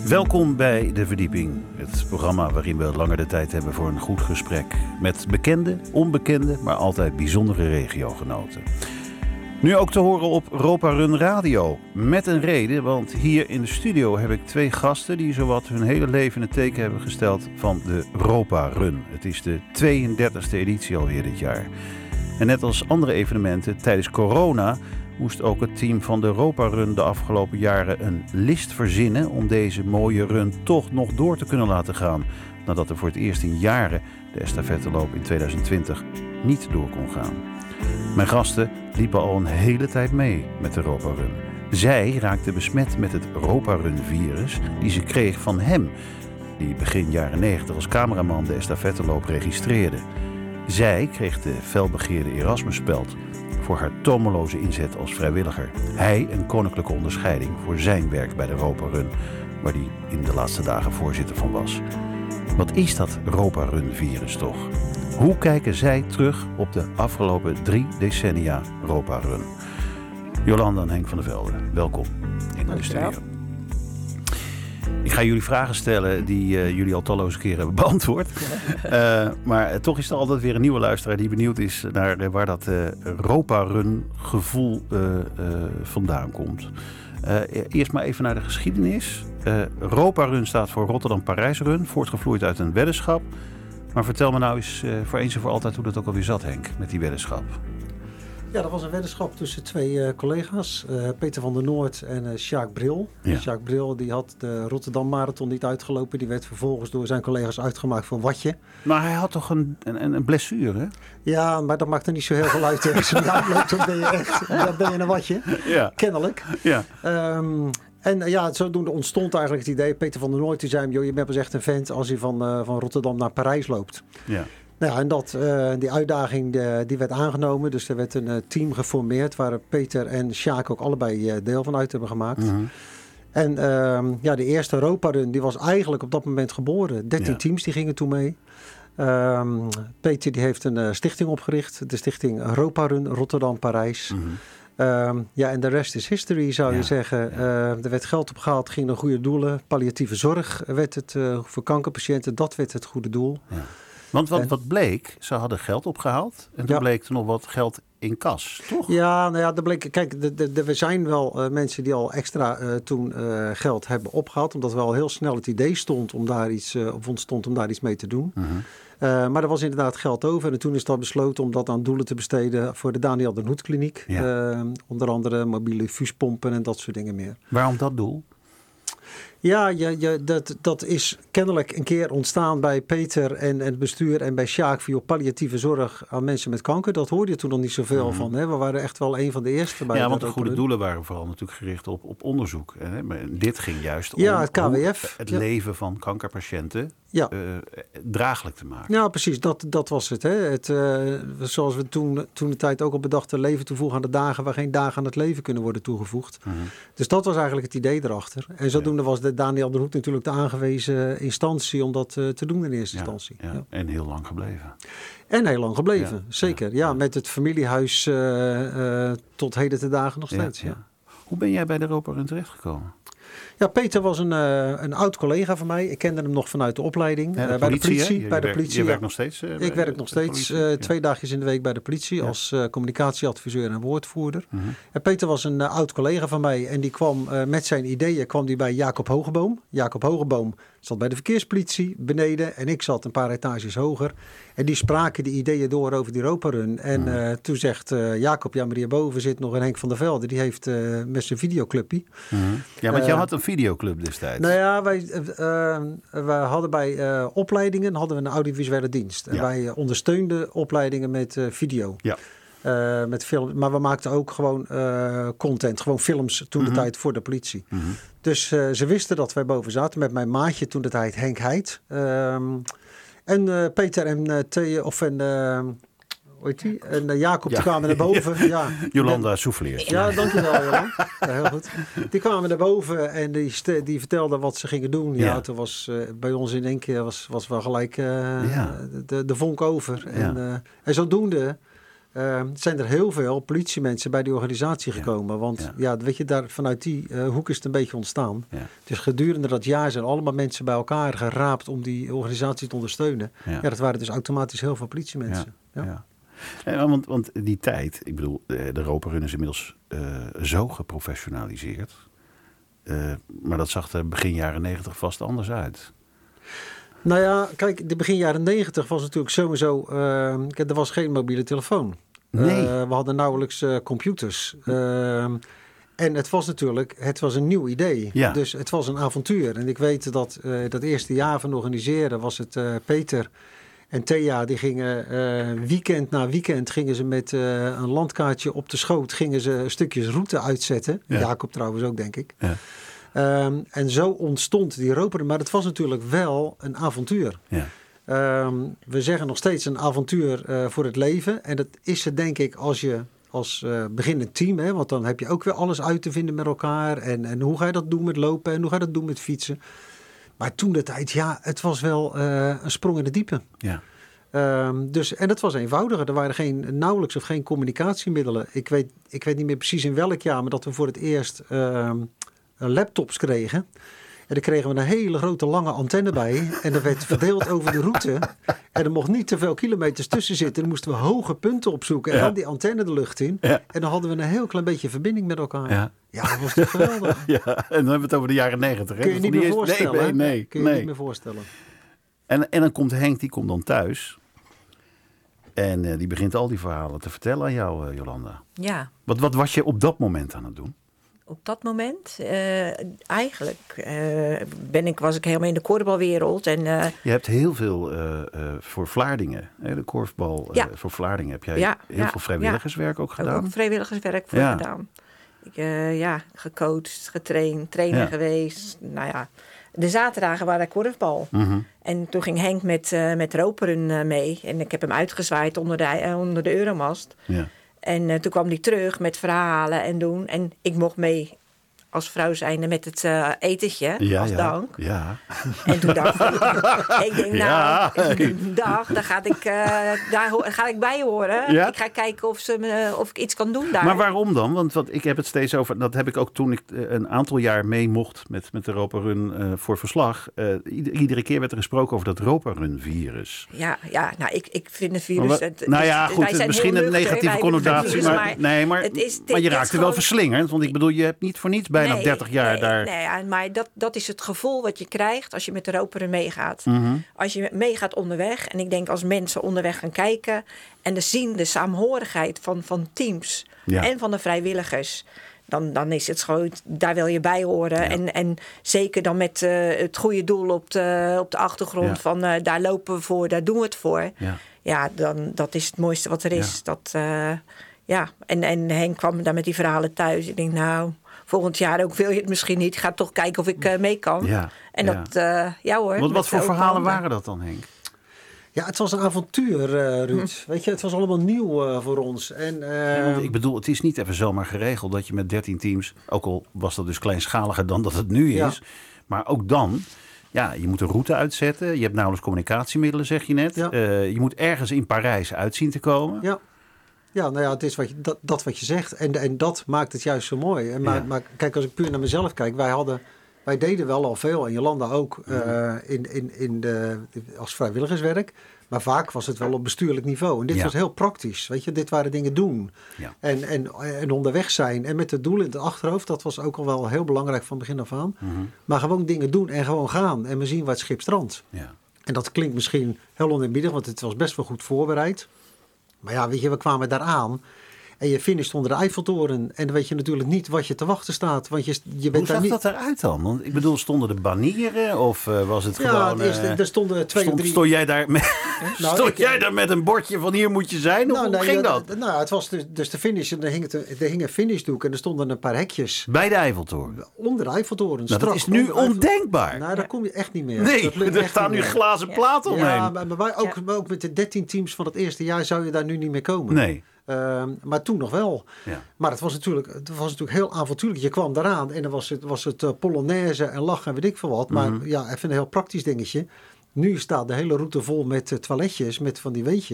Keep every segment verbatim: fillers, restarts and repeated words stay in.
Welkom bij De Verdieping, het programma waarin we langer de tijd hebben voor een goed gesprek. Met bekende, onbekende, maar altijd bijzondere regiogenoten. Nu ook te horen op Europa Run Radio. Met een reden, want hier in de studio heb ik twee gasten die zowat hun hele leven in het teken hebben gesteld van de Europa Run. Het is de tweeëndertigste editie alweer dit jaar. En net als andere evenementen tijdens corona moest ook het team van de Europa Run de afgelopen jaren een list verzinnen om deze mooie run toch nog door te kunnen laten gaan, nadat er voor het eerst in jaren de estafetteloop in tweeduizend twintig niet door kon gaan. Mijn gasten liepen al een hele tijd mee met de Europa Run. Zij raakten besmet met het Europa Run virus die ze kreeg van hem, die begin jaren negentig als cameraman de estafetteloop registreerde. Zij kreeg de felbegeerde Erasmusspeld voor haar tomeloze inzet als vrijwilliger. Hij een koninklijke onderscheiding voor zijn werk bij de Europa Run, waar hij in de laatste dagen voorzitter van was. Wat is dat Europa Run virus toch? Hoe kijken zij terug op de afgelopen drie decennia Europa Run? Jolanda en Henk van der Velde, welkom in de studio. Ik ga jullie vragen stellen die uh, jullie al talloze keren hebben beantwoord. Uh, maar uh, toch is er altijd weer een nieuwe luisteraar die benieuwd is naar uh, waar dat uh, Europa Run gevoel uh, uh, vandaan komt. Uh, eerst maar even naar de geschiedenis. Uh, Europa Run staat voor Rotterdam-Parijs Run, voortgevloeid uit een weddenschap. Maar vertel me nou eens uh, voor eens en voor altijd hoe dat ook alweer zat, Henk, met die weddenschap. Ja, dat was een weddenschap tussen twee uh, collega's. Uh, Peter van der Noort en uh, Sjaak Bril. Ja. Sjaak Bril die had de Rotterdam Marathon niet uitgelopen. Die werd vervolgens door zijn collega's uitgemaakt voor een watje. Maar hij had toch een, een, een blessure, hè? Ja, maar dat maakt er niet zo heel veel uit. Als je niet uitloopt, dan ben je echt dan ben je een watje. Ja. Kennelijk. Ja. Um, En uh, ja, zodoende ontstond eigenlijk het idee. Peter van der Noort die zei, joh, je bent pas echt een vent als je van, uh, van Rotterdam naar Parijs loopt. Ja. Nou ja, en dat, uh, die uitdaging de, die werd aangenomen. Dus er werd een uh, team geformeerd waar Peter en Sjaak ook allebei uh, deel van uit hebben gemaakt. Mm-hmm. En uh, ja, de eerste Europa Run die was eigenlijk op dat moment geboren. dertien ja. teams die gingen toen mee. Um, Peter die heeft een uh, stichting opgericht. De stichting Europa Run Rotterdam-Parijs. Mm-hmm. Um, ja, en de rest is history, zou ja, je zeggen. Ja. Uh, er werd geld opgehaald, ging naar goede doelen. Palliatieve zorg werd het uh, voor kankerpatiënten, dat werd het goede doel. Ja. Want wat, en, wat bleek, ze hadden geld opgehaald en toen ja. bleek er nog wat geld in kas, toch? Ja, nou ja, er bleek, kijk, de, de, de, er zijn wel uh, mensen die al extra uh, toen uh, geld hebben opgehaald, omdat wel heel snel het idee stond om daar iets, uh, of ontstond om daar iets mee te doen. Mm-hmm. Uh, maar er was inderdaad geld over. En toen is dat besloten om dat aan doelen te besteden voor de Daniel den Hoed Kliniek. Ja. Uh, onder andere mobiele fuuspompen en dat soort dingen meer. Waarom dat doel? Ja, je, je, dat, dat is kennelijk een keer ontstaan bij Peter en, en het bestuur en bij Sjaak voor palliatieve zorg aan mensen met kanker. Dat hoorde je toen nog niet zoveel mm. van. Hè? We waren echt wel een van de eerste bij. Ja, want de goede doen. doelen waren vooral natuurlijk gericht op, op onderzoek. Hè? Maar dit ging juist om ja, het K W F. het ja. leven van kankerpatiënten ja. uh, draaglijk te maken. Ja, precies. Dat, dat was het. Hè? het uh, zoals we toen, toen de tijd ook al bedachten, leven toevoegen aan de dagen waar geen dagen aan het leven kunnen worden toegevoegd. Mm-hmm. Dus dat was eigenlijk het idee erachter. En zodoende ja. was de Daniel den Hoed natuurlijk de aangewezen instantie om dat uh, te doen in eerste ja, instantie. Ja. Ja. En heel lang gebleven. En heel lang gebleven, ja. zeker. Ja, ja, met het familiehuis uh, uh, tot heden te dagen nog steeds. Ja, ja. Ja. Hoe ben jij bij de Europa Run terechtgekomen? Ja, Peter was een, uh, een oud collega van mij. Ik kende hem nog vanuit de opleiding. Ja, de uh, politie, bij de politie. Je, bij je de politie. Je ja. werkt nog steeds? Uh, ik werk nog steeds uh, twee ja. dagjes in de week bij de politie ja. als uh, communicatieadviseur en woordvoerder. Uh-huh. En Peter was een uh, oud collega van mij en die kwam uh, met zijn ideeën kwam die bij Jacob Hogeboom. Jacob Hogeboom zat bij de verkeerspolitie beneden en ik zat een paar etages hoger. En die spraken die ideeën door over die Europa Run. En uh, toen zegt uh, Jacob, ja maar hierboven zit nog een Henk van der Velde. Die heeft uh, met zijn videoclubje. Uh-huh. Ja, want uh, jij had een videoclub destijds. Nou ja, wij, uh, wij hadden bij uh, opleidingen hadden we een audiovisuele dienst. En ja. wij uh, ondersteunden opleidingen met uh, video. Ja. Uh, met film, maar we maakten ook gewoon uh, content, gewoon films toen mm-hmm. de tijd voor de politie. Mm-hmm. Dus uh, ze wisten dat wij boven zaten met mijn maatje toen de tijd Henk Heid. Um, en uh, Peter en uh, Thee, of en, uh, hoe heet die? En uh, Jacob ja. die kwamen naar boven. Ja. Jolanda Souffleer. Ja, dankjewel Jolanda. Ja, heel goed. Die kwamen naar boven en die, st- die vertelden wat ze gingen doen. Ja, ja toen was uh, bij ons in één keer was, was wel gelijk uh, ja. de, de vonk over. En, ja. uh, en zodoende Uh, zijn er heel veel politiemensen bij die organisatie gekomen. Ja. Want ja. ja, weet je, daar, vanuit die uh, hoek is het een beetje ontstaan. Ja. Dus gedurende dat jaar zijn allemaal mensen bij elkaar geraapt om die organisatie te ondersteunen. Ja, ja dat waren dus automatisch heel veel politiemensen. Ja. Ja. Ja. Ja, want, want die tijd, ik bedoel, de Europa Run is inmiddels uh, zo geprofessionaliseerd. Uh, maar dat zag er begin jaren negentig vast anders uit. Nou ja, kijk, de begin jaren negentig was natuurlijk sowieso... Uh, er was geen mobiele telefoon. Nee. Uh, we hadden nauwelijks uh, computers. Uh, en het was natuurlijk, het was een nieuw idee. Ja. Dus het was een avontuur. En ik weet dat uh, dat eerste jaar van organiseren was het uh, Peter en Thea. Die gingen uh, weekend na weekend gingen ze met uh, een landkaartje op de schoot. Gingen ze stukjes route uitzetten. Ja. Jacob trouwens ook, denk ik. Ja. Um, en zo ontstond die Europa. Maar het was natuurlijk wel een avontuur. Ja. Um, we zeggen nog steeds een avontuur uh, voor het leven. En dat is het denk ik als je als uh, beginnend team. Hè, want dan heb je ook weer alles uit te vinden met elkaar. En, en hoe ga je dat doen met lopen en hoe ga je dat doen met fietsen. Maar toen de tijd, ja, het was wel uh, een sprong in de diepe. Ja. Um, dus, en dat was eenvoudiger. Er waren geen, nauwelijks of geen communicatiemiddelen. Ik weet, ik weet niet meer precies in welk jaar, maar dat we voor het eerst uh, laptops kregen. En daar kregen we een hele grote lange antenne bij. En dat werd verdeeld over de route. En er mocht niet te veel kilometers tussen zitten. Dan moesten we hoge punten opzoeken. En ja. dan die antenne de lucht in. Ja. En dan hadden we een heel klein beetje verbinding met elkaar. Ja, ja dat was toch geweldig. Ja, en dan hebben we het over de jaren negentig. Kun je niet meer voorstellen. Nee, nee, nee. Kun je nee. niet meer voorstellen. En, en dan komt Henk, die komt dan thuis. En uh, die begint al die verhalen te vertellen aan jou, uh, Jolanda. Ja. Wat, wat was je op dat moment aan het doen? Op dat moment, uh, eigenlijk uh, ben ik, was ik helemaal in de korfbalwereld. En, uh, je hebt heel veel uh, uh, voor Vlaardingen, hè, de korfbal uh, ja. voor Vlaardingen. Heb jij ja, heel ja, veel vrijwilligerswerk ja. ook gedaan? Ook vrijwilligerswerk voor ja. gedaan. Ik, uh, ja, gecoacht, getraind, trainer ja. geweest. Nou ja, de zaterdagen waren korfbal. Mm-hmm. En toen ging Henk met, uh, met Roperen uh, mee. En ik heb hem uitgezwaaid onder de, uh, onder de Euromast. Ja. En uh, toen kwam hij terug met verhalen en doen. En ik mocht mee als vrouw zijnde met het uh, etentje ja, als ja, dank. Ja. En toen dacht ik, ik denk nou, ja. dag, daar ga ik, uh, daar ho- ga ik bij horen. Ja? Ik ga kijken of, ze me, of ik iets kan doen daar. Maar waarom dan? Want wat, ik heb het steeds over, dat heb ik ook toen ik uh, een aantal jaar mee mocht met, met de Europa Run uh, voor verslag. Uh, ieder, iedere keer werd er gesproken over dat Europa Run virus. Ja, ja, nou ik, ik vind het virus... Maar, het, nou ja, goed, het, misschien een negatieve connotatie. Virus, maar, maar, nee, maar, het is, maar je raakte gewoon, wel verslingerd. Want ik bedoel, je hebt niet voor niets bijna nee, dertig jaar nee, daar... Nee, maar dat, dat is het gevoel wat je krijgt als je met de Roperen meegaat. Mm-hmm. Als je meegaat onderweg. En ik denk als mensen onderweg gaan kijken. En de zien de saamhorigheid van, van teams. Ja. En van de vrijwilligers. Dan, dan is het gewoon, daar wil je bij horen. Ja. En, en zeker dan met uh, het goede doel op de, op de achtergrond. Ja. Van uh, daar lopen we voor, daar doen we het voor. Ja, ja dan, dat is het mooiste wat er is. Ja. Dat, uh, ja. En, en Henk kwam daar met die verhalen thuis. Ik denk nou... Volgend jaar ook wil je het misschien niet. Ik ga toch kijken of ik uh, mee kan. Ja, en ja. dat, uh, ja hoor. Wat, wat voor verhalen waren dat dan, Henk? Ja, het was een avontuur, uh, Ruud. Hm. Weet je, het was allemaal nieuw uh, voor ons. En, uh... ja, ik bedoel, het is niet even zomaar geregeld dat je met dertien teams... ook al was dat dus kleinschaliger dan dat het nu is... Ja. maar ook dan... Ja, je moet een route uitzetten. Je hebt nauwelijks communicatiemiddelen, zeg je net. Ja. Uh, je moet ergens in Parijs uit zien te komen. Ja. Ja, nou ja, het is wat je, dat, dat wat je zegt. En, en dat maakt het juist zo mooi. En maar, ja. maar kijk, als ik puur naar mezelf kijk. Wij, hadden, wij deden wel al veel. En Jolanda ook. Uh, in, in, in de, als vrijwilligerswerk. Maar vaak was het wel op bestuurlijk niveau. En dit ja. was heel praktisch. Weet je, dit waren dingen doen. Ja. En, en, en onderweg zijn. En met het doel in het achterhoofd. Dat was ook al wel heel belangrijk van begin af aan. Mm-hmm. Maar gewoon dingen doen en gewoon gaan. En we zien waar het schip strandt. Ja. En dat klinkt misschien heel oneerbiedig. Want het was best wel goed voorbereid. Maar ja, weet je, we kwamen daar aan en je finisht onder de Eiffeltoren. En dan weet je natuurlijk niet wat je te wachten staat. Want je, je bent Hoe zag niet... dat eruit dan? Want ik bedoel, stonden er banieren of uh, was het ja, gewoon... Ja, uh, er stonden twee stond, of drie... Stond jij daar met, nou, stond ik, jij daar met een bordje van hier moet je zijn? Of nou, hoe nee, ging dat? Ja, nou, het was dus, dus de finish. En er hing, het, er hing een finishdoek en er stonden een paar hekjes. Bij de Eiffeltoren? Onder de Eiffeltoren. Nou, dat is nu ondenkbaar. Nou, daar kom je echt niet meer. Nee, er staan nu glazen platen omheen. Ja, maar, maar wij, ook, ja. ook met de dertien teams van het eerste jaar zou je daar nu niet meer komen. Nee. Uh, maar toen nog wel. Ja. Maar het was, natuurlijk, het was natuurlijk heel avontuurlijk. Je kwam daaraan en dan was het, was het uh, Polonaise en lachen en weet ik veel wat. Maar mm-hmm. ja, even een heel praktisch dingetje. Nu staat de hele route vol met uh, toiletjes, met van die weetjes.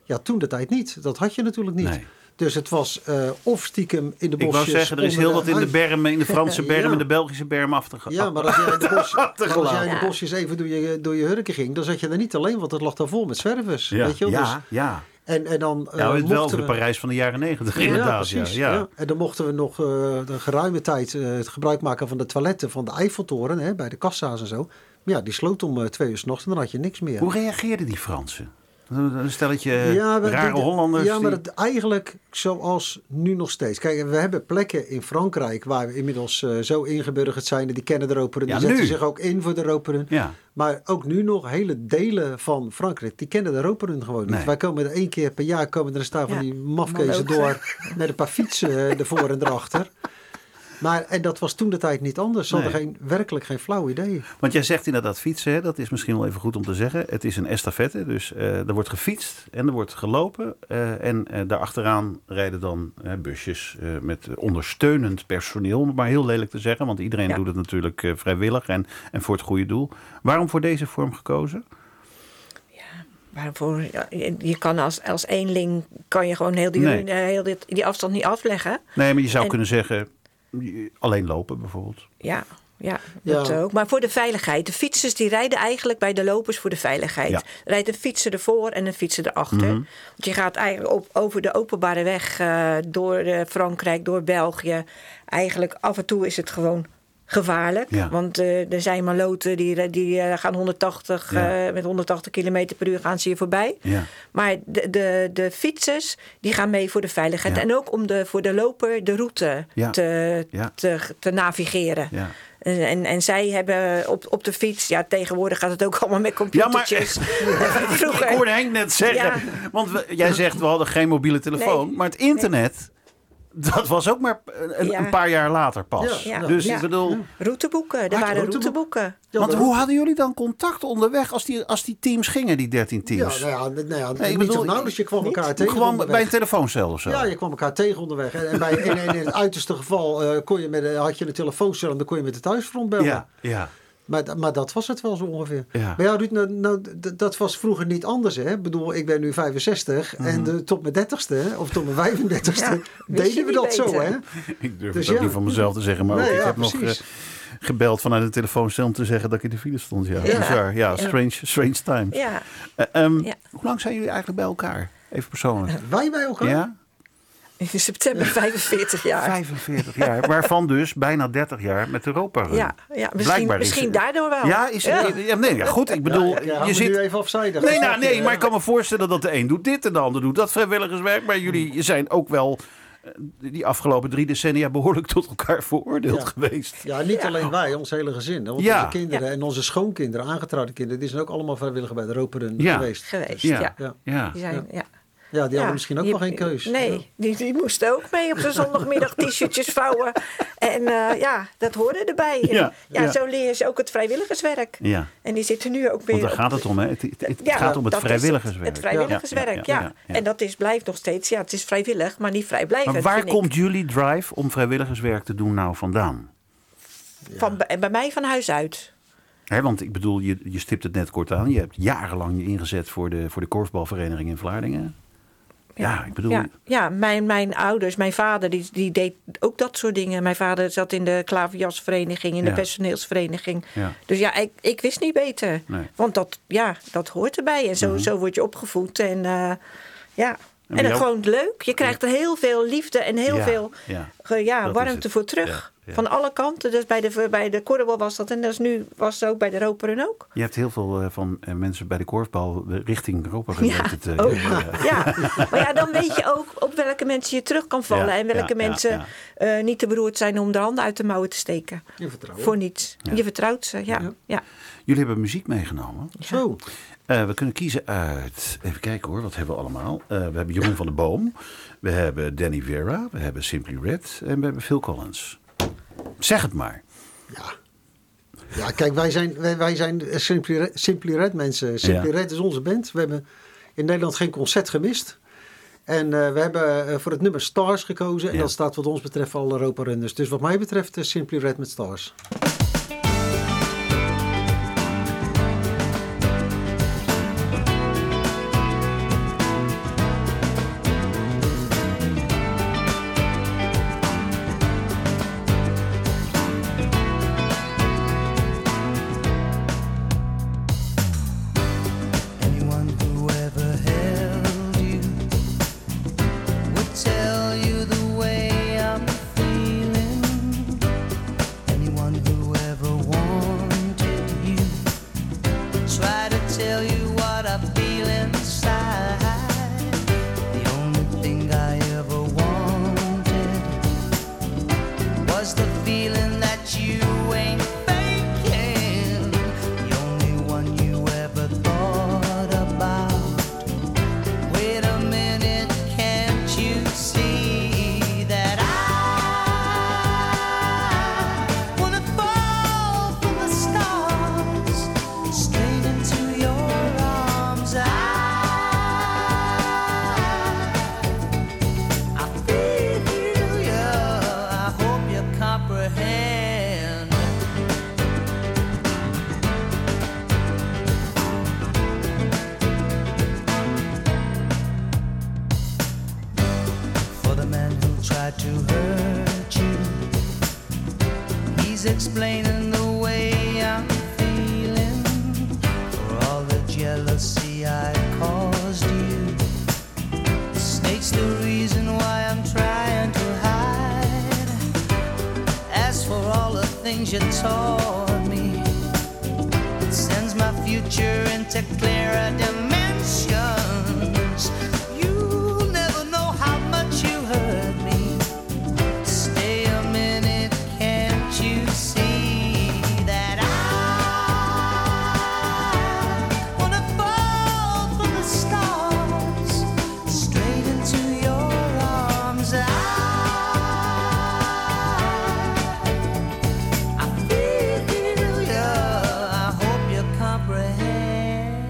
Ja, toen de tijd niet. Dat had je natuurlijk niet. Nee. Dus het was uh, of stiekem in de bosjes... Ik wou zeggen, er is heel wat in de bermen, in de Franse bermen, ja. in de Belgische bermen af te gaan. Ja, maar als jij in de, bos, maar als jij in de bosjes even door je, door je hurken ging, dan zat je er niet alleen, want het lag daar vol met zwervers. Ja, weet je wel? ja, dus, ja. En, en dan, ja, het uh, wel over de we... Parijs van de jaren negentig, ja, inderdaad. Ja, precies, ja, ja. Ja. En dan mochten we nog uh, de geruime tijd uh, het gebruik maken van de toiletten van de Eiffeltoren, hè, bij de kassa's en zo. Maar ja, die sloot om uh, twee uur 's nachts en dan had je niks meer. Hoe reageerden die Fransen? Een stelletje ja, we, rare de, de, Hollanders. Ja, maar die... het, eigenlijk zoals nu nog steeds. Kijk, we hebben plekken in Frankrijk waar we inmiddels uh, zo ingeburgerd zijn. En die kennen de Roperun. Ja, die zetten nu. zich ook in voor de Roperun. Ja. Maar ook nu nog hele delen van Frankrijk, die kennen de Roperun gewoon niet. Nee. Wij komen er één keer per jaar komen er een staan van ja, die mafkezen door met een paar fietsen uh, ervoor en erachter. Maar en dat was toen de tijd niet anders. Ze hadden nee. geen, werkelijk geen flauw idee. Want jij zegt inderdaad fietsen, hè? Dat is misschien wel even goed om te zeggen. Het is een estafette, dus uh, er wordt gefietst en er wordt gelopen. Uh, en uh, daarachteraan rijden dan uh, busjes uh, met ondersteunend personeel. Om maar heel lelijk te zeggen, want iedereen ja. doet het natuurlijk uh, vrijwillig en, en voor het goede doel. Waarom voor deze vorm gekozen? Waarvoor, je kan als, als eenling kan je gewoon heel die, nee. heel die, die afstand niet afleggen. Nee, maar je zou en, kunnen zeggen... Alleen lopen bijvoorbeeld. Ja, ja, dat ja. ook. Maar voor de veiligheid. De fietsers die rijden eigenlijk bij de lopers voor de veiligheid. Ja. Er rijdt een fietser ervoor en een fietser erachter. Mm-hmm. Want je gaat eigenlijk op, over de openbare weg uh, door uh, Frankrijk, door België. Eigenlijk af en toe is het gewoon gevaarlijk. Ja. Want uh, er zijn maloten die, die uh, gaan honderdtachtig, ja. uh, met honderdtachtig kilometer per uur gaan ze hier voorbij. Ja. Maar de, de, de fietsers die gaan mee voor de veiligheid. Ja. En ook om de, voor de loper de route ja. Te, ja. Te, te navigeren. Ja. En, en zij hebben op, op de fiets... Ja, tegenwoordig gaat het ook allemaal met computertjes. Ja, maar, Vroeger, ik hoorde Henk net zeggen... Ja. Want we, jij zegt, we hadden geen mobiele telefoon. Nee, maar het internet... Nee. Dat was ook maar een, ja. een paar jaar later pas. Ja, ja. Dus ja. ik bedoel... Routeboeken, er waren routeboeken. Ja, Want hoe hadden jullie dan contact onderweg als die, als die teams gingen, die dertien teams? Ja, nou ja, nou ja nee, niet bedoel, nou, dus je kwam niet? elkaar tegen Gewoon onderweg. Bij een telefooncel of zo? Ja, je kwam elkaar tegen onderweg. En, en bij in, in, in het uiterste geval uh, kon je met, had je een telefooncel en dan kon je met het thuisfront bellen. Ja, ja. Maar, maar dat was het wel zo ongeveer. Ja. Maar ja, Ruud, nou, nou, dat was vroeger niet anders. Hè? Ik bedoel, ik ben nu vijfenzestig mm. en de, tot mijn dertigste of tot mijn vijfendertigste ja, deden we dat beter. zo. Hè? Ik durf dus het ook ja. niet van mezelf te zeggen, maar nee, ook, ik ja, heb precies. nog uh, gebeld vanuit de telefooncel om te zeggen dat ik in de file stond. Ja, ja. Bizar. Ja, strange, strange times. Ja. Uh, um, ja. Hoe lang zijn jullie eigenlijk bij elkaar? Even persoonlijk. Uh, wij bij elkaar? Ja. In september vijfenveertig jaar. vijfenveertig jaar, waarvan dus bijna dertig jaar met Europa. Ja, ja misschien, misschien daardoor wel. Ja, is het, ja. Ja, nee, ja, goed, ik bedoel... Ja, ja, je zit nu even afzijdig. Nee, nou, nee, maar ik kan me voorstellen dat de een doet dit en de ander doet dat vrijwilligerswerk. Maar jullie zijn ook wel die afgelopen drie decennia behoorlijk tot elkaar veroordeeld ja. geweest. Ja, niet alleen wij, ons hele gezin. Onze ja. kinderen ja. en onze schoonkinderen, aangetrouwde kinderen, die zijn ook allemaal vrijwilliger bij de Roperun ja. geweest. Geweest, ja. ja. ja. ja. Die zijn, ja. Ja, die ja, hadden misschien ook die, wel geen keus. Nee, ja. die, die moesten ook mee op de zondagmiddag t-shirtjes vouwen. En uh, ja, dat hoorde erbij. En, ja, ja, ja, zo leer je ze ook het vrijwilligerswerk. Ja. En die zitten nu ook weer... Want daar gaat het om, hè? Het, het, het ja, gaat om het vrijwilligerswerk. Het, het vrijwilligerswerk, ja. Ja, ja, ja, ja. En dat is, blijft nog steeds... Ja, het is vrijwillig, maar niet vrijblijvend. Maar waar komt jullie drive om vrijwilligerswerk te doen nou vandaan? Van, ja. Bij mij van huis uit. He, want ik bedoel, je, je stipt het net kort aan. Je hebt jarenlang je ingezet voor de, voor de korfbalvereniging in Vlaardingen. Ja, ik bedoel... Ja, ja mijn, mijn ouders, mijn vader, die, die deed ook dat soort dingen. Mijn vader zat in de klaverjasvereniging, in de ja. personeelsvereniging. Ja. Dus ja, ik, ik wist niet beter. Nee. Want dat, ja, dat hoort erbij. En zo, mm-hmm. zo word je opgevoed. En uh, ja... En, en dat jou... gewoon leuk. Je krijgt er heel veel liefde en heel ja, veel ja, ja, warmte voor terug. Ja, ja. Van alle kanten. Dus bij de, bij de korfbal was dat. En dat is nu was het ook bij de Roperun ook. Je hebt heel veel uh, van uh, mensen bij de korfbal richting Europa geleid. Ja, uh, ja. ja, maar ja, dan weet je ook op welke mensen je terug kan vallen. Ja, en welke ja, mensen ja, ja. Uh, niet te beroerd zijn om de handen uit de mouwen te steken. Je vertrouwt. Voor niets. Ja. Je vertrouwt ze, ja. ja. ja. Jullie hebben muziek meegenomen. Ja. Zo. Uh, we kunnen kiezen uit... Even kijken hoor, wat hebben we allemaal? Uh, we hebben Jeroen van der Boom. We hebben Danny Vera. We hebben Simply Red. En we hebben Phil Collins. Zeg het maar. Ja. Ja, kijk, wij zijn, wij, wij zijn Simply Red, Simply Red mensen. Simply ja. Red is onze band. We hebben in Nederland geen concert gemist. En uh, we hebben uh, voor het nummer Stars gekozen. En ja. dat staat wat ons betreft al Europa Runners. Dus wat mij betreft uh, Simply Red met Stars. explaining the way I'm feeling, for all the jealousy I caused you. The snake's the reason why I'm trying to hide. As for all the things you taught me, it sends my future into clearer dimensions. You'll never know how much you hurt me. Stay a minute, can't you see that I wanna fall from the stars straight into your arms? I, I feel you, I hope you comprehend.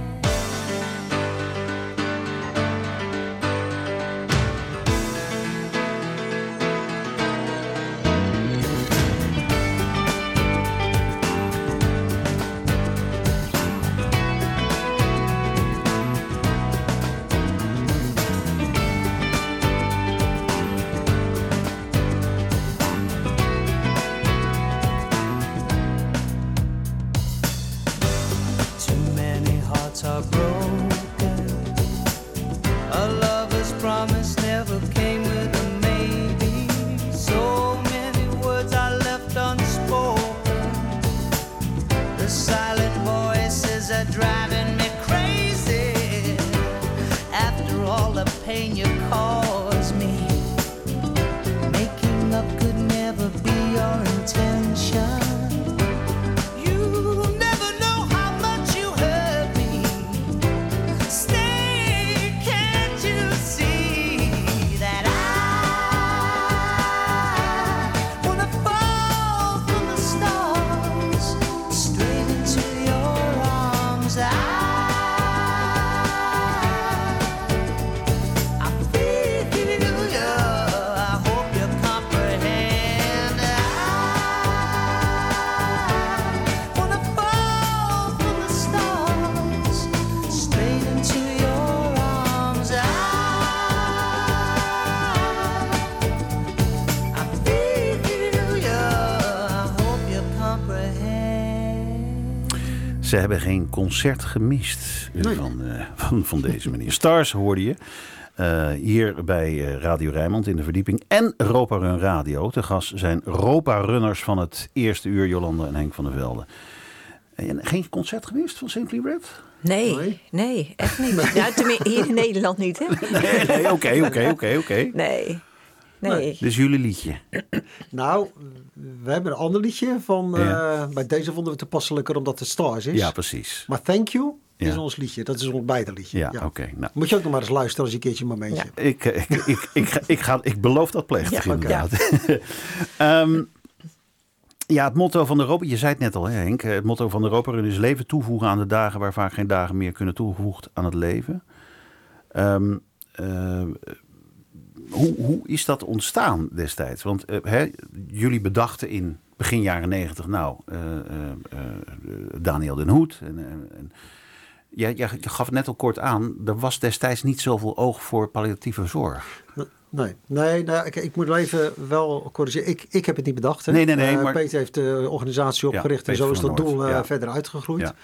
Too many hearts are broken. A lover's promise never came with a maybe. So many words are left unspoken. The silent voices are driving me crazy. After all the pain you caused me, making up could never be your intention. You'll never know how much you hurt me. Stay, can't you see that I wanna fall from the stars straight into your arms? I, I feel you, I hope you comprehend. I wanna fall from the stars straight into your arms. I, I feel you, I hope you comprehend. Ze hebben geen concert gemist Nee. van, uh, van, van deze meneer. Stars hoorde je. Uh, hier bij uh, Radio Rijnmond in de verdieping. En Europa Run Radio. Te gast zijn Europa-runners van het eerste uur. Jolanda en Henk van der Velde. En geen concert gemist van Simply Red? Nee, Nee? nee, echt niet. Nou, tenminste, hier in Nederland niet, hè? Nee, nee, oké, oké, oké, oké. Nee, nee. Dus jullie liedje. Nou, we hebben een ander liedje van... eh, Ja. Bij deze vonden we het toepasselijker omdat het Stars is. Ja, precies. Maar Thank You is Ja. ons liedje. Dat is ons beide liedje. Ja, oké. Nou. Moet je ook nog maar eens luisteren als je een keertje een momentje Ja. hebt. Ik, ik, ik, ik, ik, ga, ik, ga, ik beloof dat plechtig Ja, inderdaad. Ehm, ja, het motto van de Europa... Je zei het net al, hè, Henk. Het motto van de Europa Run is leven toevoegen aan de dagen... waar vaak geen dagen meer kunnen toegevoegd aan het leven. Um, uh, hoe, hoe is dat ontstaan destijds? Want uh, hè, jullie bedachten in begin jaren negentig... nou, uh, uh, uh, Daniel den Hoed... En, en, en, ja, je gaf het net al kort aan. Er was destijds niet zoveel oog voor palliatieve zorg. Nee, nee nou, ik, ik moet even wel corrigeren. Ik, ik heb het niet bedacht. Hè. Nee, nee, nee. Uh, Maar... Peter heeft de organisatie opgericht Ja, en zo is Peter dat van doel uh, Noord, ja. verder uitgegroeid. Ja.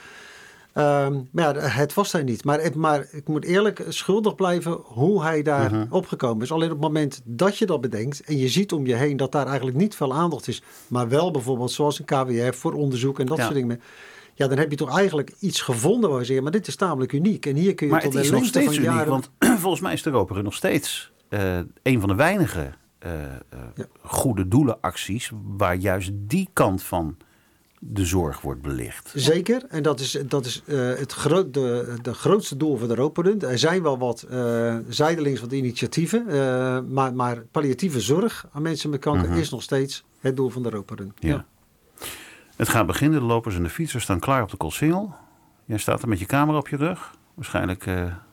Um, maar ja, het was hij niet. Maar, het, maar ik moet eerlijk schuldig blijven hoe hij daar Mhm. opgekomen is. Alleen op het moment dat je dat bedenkt en je ziet om je heen dat daar eigenlijk niet veel aandacht is. Maar wel bijvoorbeeld zoals een K W F voor onderzoek en dat Ja. soort dingen. Ja, dan heb je toch eigenlijk iets gevonden waar je zegt, maar dit is tamelijk uniek. En hier kun je Maar tot het de is nog lengte steeds van uniek. jaren... Want volgens mij is de Europa Run nog steeds uh, een van de weinige uh, uh, Ja. goede doelenacties... waar juist die kant van de zorg wordt belicht. Zeker, en dat is, dat is uh, het gro- de, de grootste doel van de Europa Run. Er zijn wel wat uh, zijdelings wat initiatieven, uh, maar, maar palliatieve zorg aan mensen met kanker Mhm. is nog steeds het doel van de Europa Run. Ja. Ja. Het gaat beginnen. De lopers en de fietsers staan klaar op de Koolsingel. Jij staat er met je camera op je rug. Waarschijnlijk uh,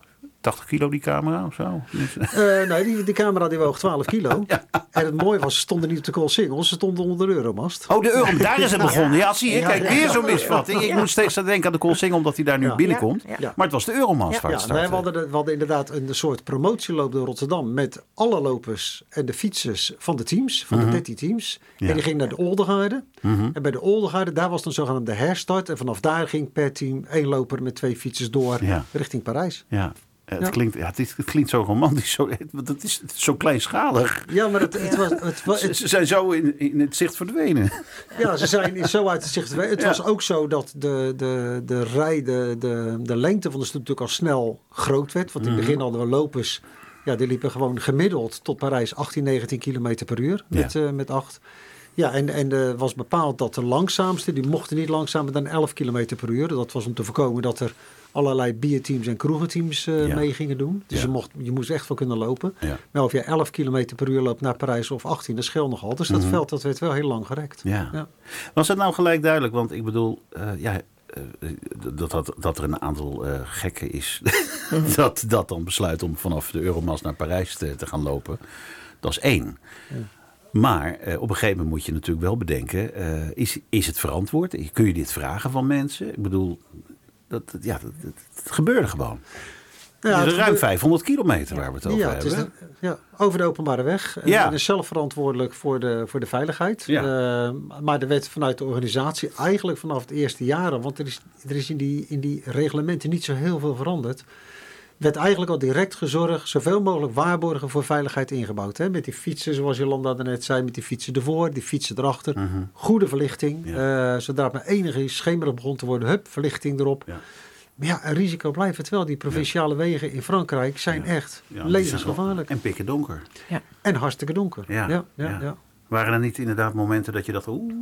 tachtig kilo die camera of zo? Uh, nee, die, die camera die woog twaalf kilo. Ja. En het mooie was, ze stonden niet op de Coolsingel, ze stonden onder de Euromast. Oh, de Euromast, daar is het begonnen. Ja, zie je, kijk, weer zo'n misvatting. Ik moet steeds aan denken aan de Coolsingel, omdat hij daar nu ja. binnenkomt. Ja. Ja. Maar het was de Euromast waar het ja, startte. Nee, we, hadden, we hadden inderdaad een soort promotieloop door Rotterdam met alle lopers en de fietsers van de teams, van mm-hmm. de dertien teams. Ja. En die ging naar de Oldegaarde. Mm-hmm. En bij de Oldegaarde, daar was dan zogenaamd de herstart. En vanaf daar ging per team één loper met twee fietsers door ja. richting Parijs. Ja. Het, ja. klinkt, ja, het, is, het klinkt zo romantisch, zo, het, het, is, het is zo kleinschalig. Ja, maar het, het was... Het, het, het, ze zijn zo in, in het zicht verdwenen. Ja, ze zijn zo uit het zicht verdwenen. Het ja. was ook zo dat de, de, de rij, de, de, de lengte van de stoet natuurlijk al snel groot werd. Want in het begin hadden we lopers, ja, die liepen gewoon gemiddeld tot Parijs achttien, negentien kilometer per uur met, ja. uh, met acht. Ja, en, en er was bepaald dat de langzaamste, die mochten niet langzamer dan elf kilometer per uur. Dat was om te voorkomen dat er allerlei bierteams en kroegenteams uh, ja. mee gingen doen. Dus ja. je, mocht, je moest echt wel kunnen lopen. Ja. Maar of je elf kilometer per uur loopt naar Parijs of achttien, dat scheelt nogal. Dus dat mm-hmm. veld dat werd wel heel lang gerekt. Ja. Ja. Was het nou gelijk duidelijk? Want ik bedoel, uh, ja, uh, dat, dat, dat er een aantal uh, gekken is dat, dat dan besluit om vanaf de Euromast naar Parijs te, te gaan lopen. Dat is één. Ja. Maar uh, op een gegeven moment moet je natuurlijk wel bedenken, uh, is, is het verantwoord? Kun je dit vragen van mensen? Ik bedoel, dat, ja, dat, dat, dat gebeurde gewoon. Ja, het is ruim vijfhonderd kilometer waar we het over ja, hebben. Het is de, ja, over de openbare weg. En ja. is zelf verantwoordelijk voor de, voor de veiligheid. Ja. Uh, maar er werd vanuit de organisatie eigenlijk vanaf het eerste jaar, want er is, er is in, die, in die reglementen niet zo heel veel veranderd, werd eigenlijk al direct gezorgd, zoveel mogelijk waarborgen voor veiligheid ingebouwd. Hè? Met die fietsen, zoals Jolanda net zei, met die fietsen ervoor, die fietsen erachter. Mm-hmm. Goede verlichting. Ja. Uh, zodra het maar enige schemerig begon te worden, hup, verlichting erop. Ja. Maar ja, een risico blijft het wel. Die provinciale ja. wegen in Frankrijk zijn ja. echt ja, levensgevaarlijk. En pikken donker. Ja. En hartstikke donker. Ja. Ja, ja, ja. Ja. Waren er niet inderdaad momenten dat je dacht, oeh...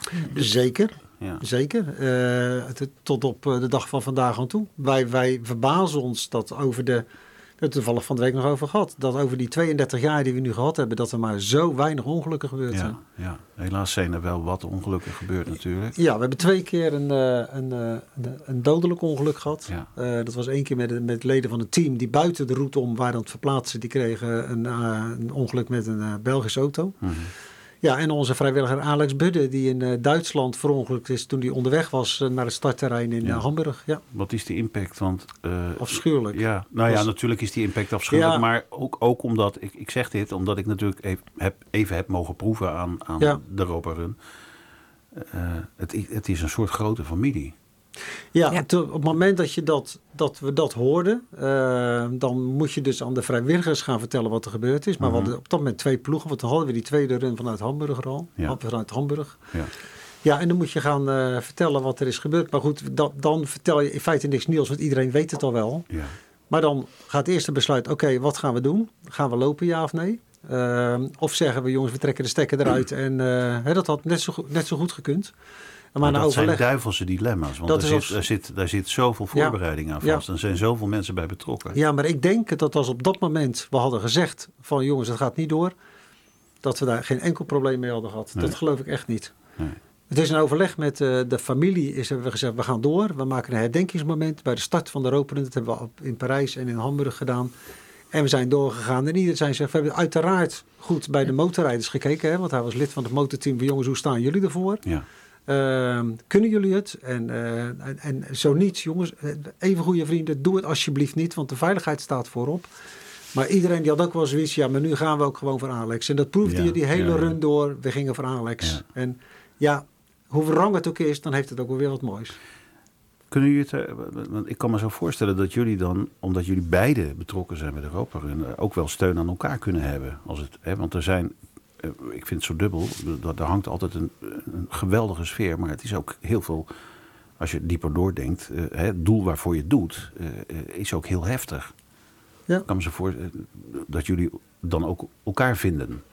Zeker. Ja. Zeker. Uh, tot op de dag van vandaag aan toe. Wij, wij verbazen ons dat over de... We hebben het toevallig van de week nog over gehad. Dat over die tweeëndertig jaar die we nu gehad hebben, dat er maar zo weinig ongelukken gebeurd ja, zijn. Ja, helaas zijn er wel wat ongelukken gebeurd natuurlijk. Ja, we hebben twee keer een, een, een, een dodelijk ongeluk gehad. Ja. Uh, dat was één keer met, met leden van het team die buiten de route om waren aan het verplaatsen. Die kregen een, uh, een ongeluk met een uh, Belgische auto. Mm-hmm. Ja, en onze vrijwilliger Alex Budde, die in uh, Duitsland verongelukt is toen hij onderweg was uh, naar het startterrein in ja. uh, Hamburg. Ja. Wat is die impact? Want, uh, afschuwelijk. Ja, nou ja, was... natuurlijk is die impact afschuwelijk. Ja. Maar ook, ook omdat, ik, ik zeg dit, omdat ik natuurlijk even heb, even heb mogen proeven aan, aan ja. de Europa Run. Uh, het, het is een soort grote familie. Ja, ja. Te, op het moment dat, je dat, dat we dat hoorden, uh, dan moet je dus aan de vrijwilligers gaan vertellen wat er gebeurd is. Maar mm-hmm. we hadden op dat moment twee ploegen, want dan hadden we die tweede run vanuit Hamburg er al. Ja. Vanuit Hamburg. Ja. Ja, en dan moet je gaan uh, vertellen wat er is gebeurd. Maar goed, dat, dan vertel je in feite niks nieuws, want iedereen weet het al wel. Ja. Maar dan gaat het eerste besluit, oké, okay, wat gaan we doen? Gaan we lopen, ja of nee? Uh, of zeggen we, jongens, we trekken de stekker eruit. En uh, hè, dat had net zo, net zo goed gekund. Maar, maar dat overleg... zijn duivelse dilemma's. Want daar zit, als... daar, zit, daar zit zoveel voorbereiding ja, aan vast. Ja. Er zijn zoveel mensen bij betrokken. Ja, maar ik denk dat als op dat moment we hadden gezegd van jongens, het gaat niet door. Dat we daar geen enkel probleem mee hadden gehad. Nee. Dat geloof ik echt niet. Nee. Het is een overleg met uh, de familie. Is, hebben we gezegd, we gaan door. We maken een herdenkingsmoment bij de start van de Europa Run. Dat hebben we in Parijs en in Hamburg gedaan. En we zijn doorgegaan. En iedereen zijn zegt, we hebben uiteraard goed bij de motorrijders gekeken. Hè, want hij was lid van het motorteam. Van jongens, hoe staan jullie ervoor? Ja. Uh, kunnen jullie het? En, uh, en, en zo niet, jongens, even goede vrienden, doe het alsjeblieft niet, want de veiligheid staat voorop. Maar iedereen die had ook wel zoiets, ja, maar nu gaan we ook gewoon voor Alex. En dat proefde ja, je die hele ja, run ja. door, we gingen voor Alex. Ja. En ja, hoe wrang het ook is, dan heeft het ook wel weer wat moois. Kunnen jullie het, want ik kan me zo voorstellen dat jullie dan, omdat jullie beide betrokken zijn bij de Europa Run, ook wel steun aan elkaar kunnen hebben. Als het, hè, want er zijn... Ik vind het zo dubbel. Er hangt altijd een, een geweldige sfeer. Maar het is ook heel veel... Als je dieper doordenkt... Uh, het doel waarvoor je het doet... Uh, is ook heel heftig. Ja. Ik kan me zo voor... Uh, dat jullie dan ook elkaar vinden.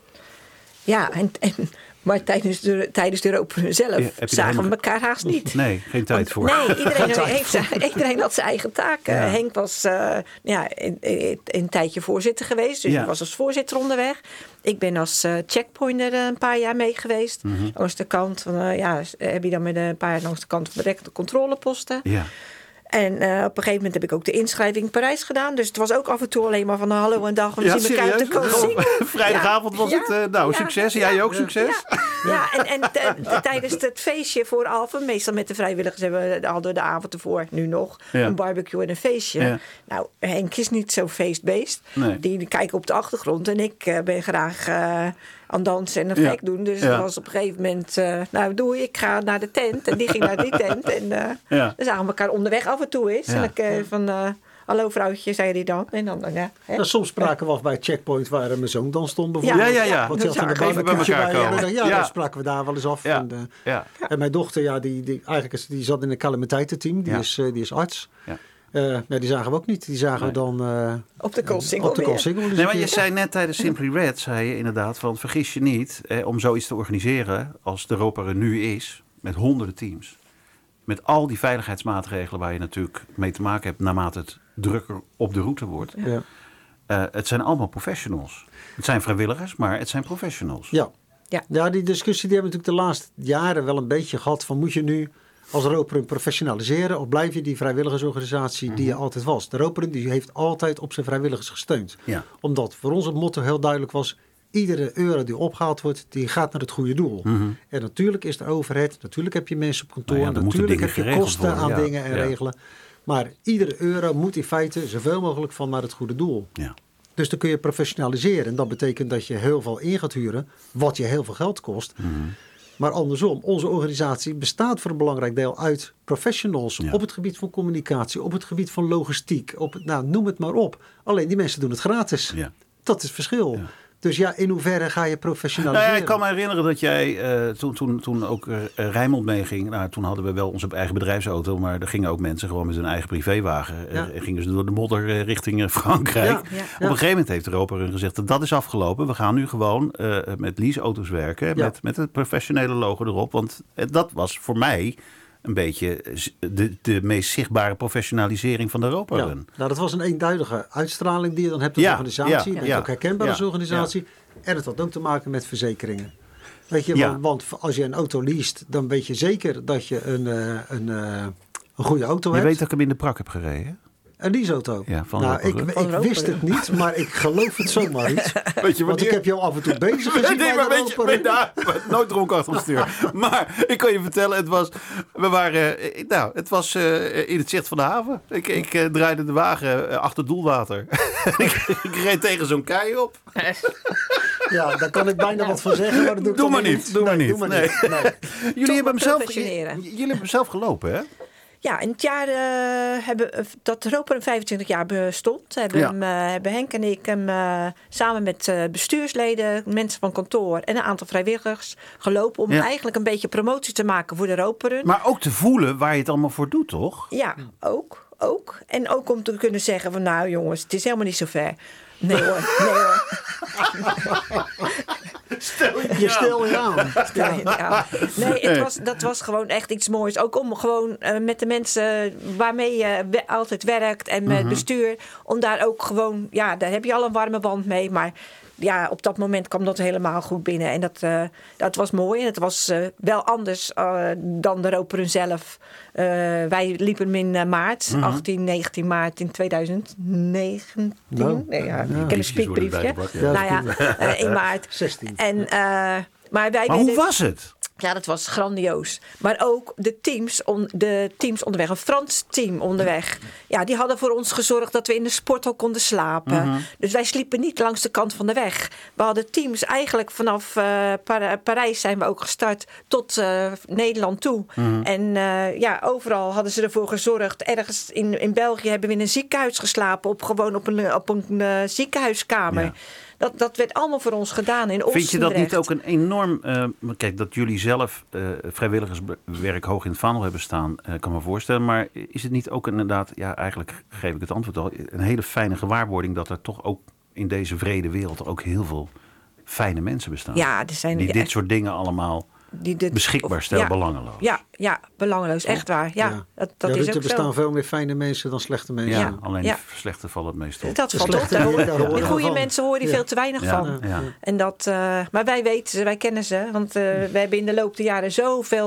Ja, en, en, maar tijdens de, tijdens de Europa Run zelf ja, zagen helemaal... we elkaar haast niet. Nee, geen tijd voor. Nee, iedereen, heeft zijn, iedereen had zijn eigen taken. Ja. Henk was uh, ja, in, in, een tijdje voorzitter geweest. Dus ja. hij was als voorzitter onderweg. Ik ben als uh, checkpointer uh, een paar jaar mee geweest. Mm-hmm. Langs de kant van, uh, ja, heb je dan met een paar jaar langs de kant van de controleposten. Ja. En uh, op een gegeven moment heb ik ook de inschrijving in Parijs gedaan. Dus het was ook af en toe alleen maar van een hallo en dag. We ja, zien elkaar op de koning. Vrijdagavond ja. was het. Uh, nou, ja. succes. Jij ja. ook succes. Ja, ja. en, en t- t- tijdens het feestje voor Alphen, meestal met de vrijwilligers, hebben we hadden we de avond ervoor, nu nog, ja. een barbecue en een feestje. Ja. Nou, Henk is niet zo feestbeest. Nee. Die, die kijken op de achtergrond. En ik uh, ben graag uh, aan dansen en een ja. gek doen. Dus ja. het was op een gegeven moment, uh, nou doei, ik ga naar de tent. En die ging naar die tent. En uh, ja. we zagen elkaar onderweg af en toe eens. Ja. En ik uh, van... Uh, hallo vrouwtje, zei hij dan. En dan ja, nou, soms spraken we af bij Checkpoint waar mijn zoon dan stond bijvoorbeeld. Ja, ja, ja. Want hij had ja, even bij elkaar komen. Dan, ja, ja, dan spraken we daar wel eens af. Ja. En, uh, ja. en mijn dochter, ja, die, die, eigenlijk is, die zat in een calamiteitenteam. Die, ja. is, uh, die is arts. Ja. Uh, ja, die zagen we ook niet. Die zagen nee. we dan uh, op de Koolsingel. Op de Koolsingel. Nee, maar je zei net tijdens Simply Red, zei je inderdaad, van vergis je niet, eh, om zoiets te organiseren als de Europa er nu is, met honderden teams. Met al die veiligheidsmaatregelen waar je natuurlijk mee te maken hebt naarmate het drukker op de route wordt. Ja. Uh, het zijn allemaal professionals. Het zijn vrijwilligers, maar het zijn professionals. Ja, ja. ja die discussie die hebben we natuurlijk de laatste jaren wel een beetje gehad. Van moet je nu als Roperun professionaliseren of blijf je die vrijwilligersorganisatie die je altijd was? De Roperun die heeft altijd op zijn vrijwilligers gesteund. Ja. Omdat voor ons het motto heel duidelijk was, iedere euro die opgehaald wordt, die gaat naar het goede doel. Mm-hmm. En natuurlijk is de overheid, natuurlijk heb je mensen op kantoor, nou ja, natuurlijk heb je kosten worden, aan ja. dingen en ja. regelen. Maar iedere euro moet in feite zoveel mogelijk van naar het goede doel. Ja. Dus dan kun je professionaliseren. En dat betekent dat je heel veel in gaat huren, wat je heel veel geld kost. Mm-hmm. Maar andersom, onze organisatie bestaat voor een belangrijk deel uit professionals ja. op het gebied van communicatie, op het gebied van logistiek, op het, nou, noem het maar op. Alleen die mensen doen het gratis. Ja. Dat is het verschil. Ja. Dus ja, in hoeverre ga je professionaliseren? Nou ja, ik kan me herinneren dat jij, uh, toen, toen, toen ook uh, Rijnmond meeging, nou, toen hadden we wel onze eigen bedrijfsauto, maar er gingen ook mensen gewoon met hun eigen privéwagen. Ja. Uh, gingen ze door de modder uh, richting uh, Frankrijk. Ja, ja, ja. Op een gegeven moment heeft Europa gezegd dat dat is afgelopen. We gaan nu gewoon uh, met leaseauto's werken, ja. met, met het professionele logo erop. Want uh, dat was voor mij een beetje de, de meest zichtbare professionalisering van de Europa Run. Ja, nou, dat was een eenduidige uitstraling die je dan hebt als ja, organisatie. Ja, ja, ook herkenbaar ja, als organisatie. Ja. En het had ook te maken met verzekeringen. Weet je, ja. want, want als je een auto leest, dan weet je zeker dat je een, uh, een, uh, een goede auto je hebt. Je weet dat ik hem in de prak heb gereden. Een leaseauto? Ja, van nou, ik, ik wist het niet, maar ik geloof het zomaar niet. Weet je, want ik heb jou af en toe bezig gezien. Nee, maar weet je, weet daar, nooit dronken achter het stuur. Maar ik kan je vertellen, het was, we waren, nou, het was uh, in het zicht van de haven. Ik, ik uh, draaide de wagen uh, achter Doelwater. ik, ik reed tegen zo'n kei op. Ja, daar kan ik bijna wat van zeggen, maar dat doe ik doe maar niet. niet. Doe maar nee, niet. Doe maar nee. niet. Nee. Jullie, hebben hem zelf, jullie hebben hem zelf gelopen, hè? Ja, in het jaar uh, hebben, dat Roperun vijfentwintig jaar bestond, hebben, ja. hem, uh, hebben Henk en ik hem uh, samen met uh, bestuursleden, mensen van kantoor en een aantal vrijwilligers gelopen om ja. eigenlijk een beetje promotie te maken voor de Roperun. Maar ook te voelen waar je het allemaal voor doet, toch? Ja, ook. ook. En ook om te kunnen zeggen van nou jongens, het is helemaal niet zo ver. Nee hoor, nee hoor. Stel je, je stel je aan. Stel je aan. Nee, het was, dat was gewoon echt iets moois. Ook om gewoon uh, met de mensen waarmee je we, altijd werkt en met uh-huh. bestuur. Om daar ook gewoon, ja, daar heb je al een warme band mee. Maar ja, op dat moment kwam dat helemaal goed binnen. En dat, uh, dat was mooi. En het was uh, wel anders uh, dan de Roperun zelf. Uh, wij liepen hem in uh, maart, uh-huh. achttien, negentien maart in tweeduizend negentien. No. Nee, ja, ja. Ik heb een speakbriefje. Ja, nou ja, uh, in maart. zestien. En, uh, maar wij maar hoe was het? Ja, dat was grandioos. Maar ook de teams, on, de teams onderweg. Een Frans team onderweg. Ja, die hadden voor ons gezorgd dat we in de sporthal konden slapen. Uh-huh. Dus wij sliepen niet langs de kant van de weg. We hadden teams eigenlijk vanaf uh, Par- Parijs zijn we ook gestart tot uh, Nederland toe. Uh-huh. En uh, ja, overal hadden ze ervoor gezorgd. Ergens in, in België hebben we in een ziekenhuis geslapen. Op, gewoon op een, op een uh, ziekenhuiskamer. Ja. Dat, dat werd allemaal voor ons gedaan in Vind je dat niet ook een enorm... Uh, kijk, dat jullie zelf uh, vrijwilligerswerk hoog in het vaandel hebben staan, uh, kan me voorstellen. Maar is het niet ook inderdaad, ja, eigenlijk geef ik het antwoord al, een hele fijne gewaarwording dat er toch ook in deze wrede wereld ook heel veel fijne mensen bestaan. Ja, er zijn die dit echt soort dingen allemaal die dit, beschikbaar stellen, ja, belangeloos. Ja, ja, belangeloos, echt waar. Ja, ja. Dat, dat ja, is ook er bestaan zo. Veel meer fijne mensen dan slechte mensen. Ja, alleen ja. de slechte vallen het meest op. Dat valt op. De goede mensen hoor je ja. veel te weinig ja. van. Ja. En dat, uh, maar wij weten ze, wij kennen ze. Want uh, we hebben in de loop der jaren zoveel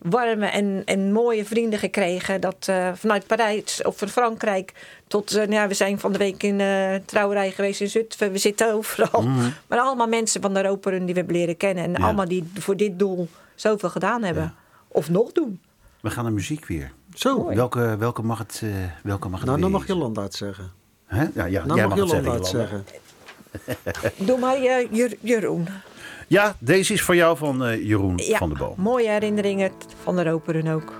warme en, en mooie vrienden gekregen. Dat uh, vanuit Parijs of van Frankrijk tot... Uh, nou ja, we zijn van de week in uh, trouwerij geweest in Zutphen. We zitten overal. Mm-hmm. Maar allemaal mensen van de Roperun die we hebben leren kennen. En ja. allemaal die voor dit doel zoveel gedaan hebben. Ja. Of nog doen. We gaan naar muziek weer. Zo. Welke, welke mag het, uh, welke mag het Nou, weer? dan mag Jolanda het zeggen. Hè? Ja, ja, nou jij mag mag Jolanda het het zeggen. zeggen. Doe maar uh, Jeroen. Ja, deze is voor jou van uh, Jeroen ja, van der Boom. Mooie herinneringen van de Roperun ook.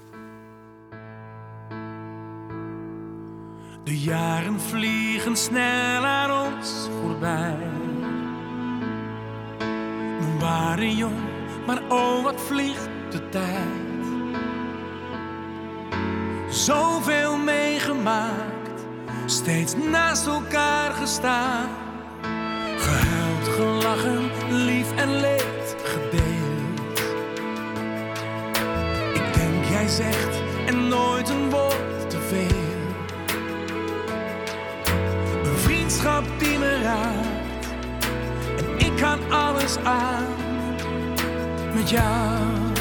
De jaren vliegen snel aan ons voorbij. We waren jong, maar oh wat vliegt de tijd. Zoveel meegemaakt, steeds naast elkaar gestaan. Gehuild, gelachen, lief en leed gedeeld. Ik denk jij zegt en nooit een woord te veel. Een vriendschap die me raakt en ik kan alles aan met jou.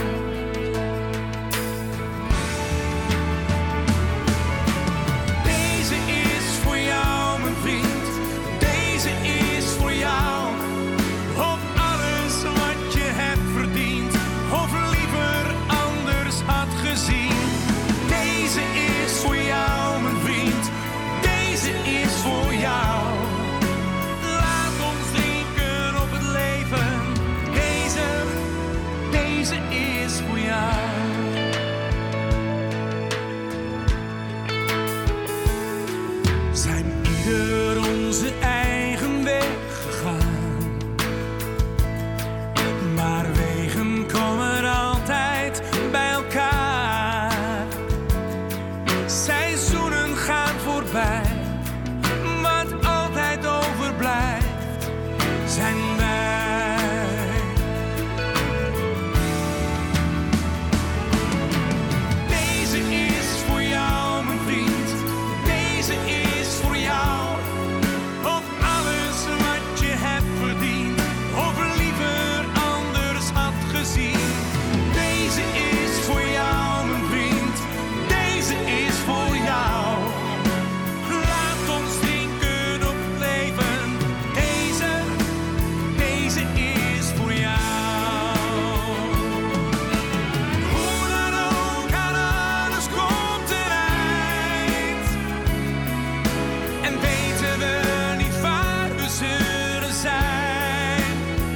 Deze is voor jou mijn vriend. Deze is voor jou. Of alles wat je hebt verdiend, of liever anders had gezien. Deze is voor jou mijn vriend. Deze is voor jou. Laat ons drinken op het leven. Deze, deze is voor jou. Zijn ieder onze eigen weg gegaan. Maar wegen komen altijd bij elkaar. Seizoenen gaan voorbij. Wat altijd overblijft, zijn wij. Deze is voor jou, mijn vriend. Deze is voor jou. Of alles wat je hebt verdiend, of liever anders had gezien. Deze is voor jou, mijn vriend. Deze is voor jou. Laat ons drinken op het leven. Deze, deze is voor jou. Hoe dan ook, aan alles komt een eind. En weten we niet waar we zullen zijn.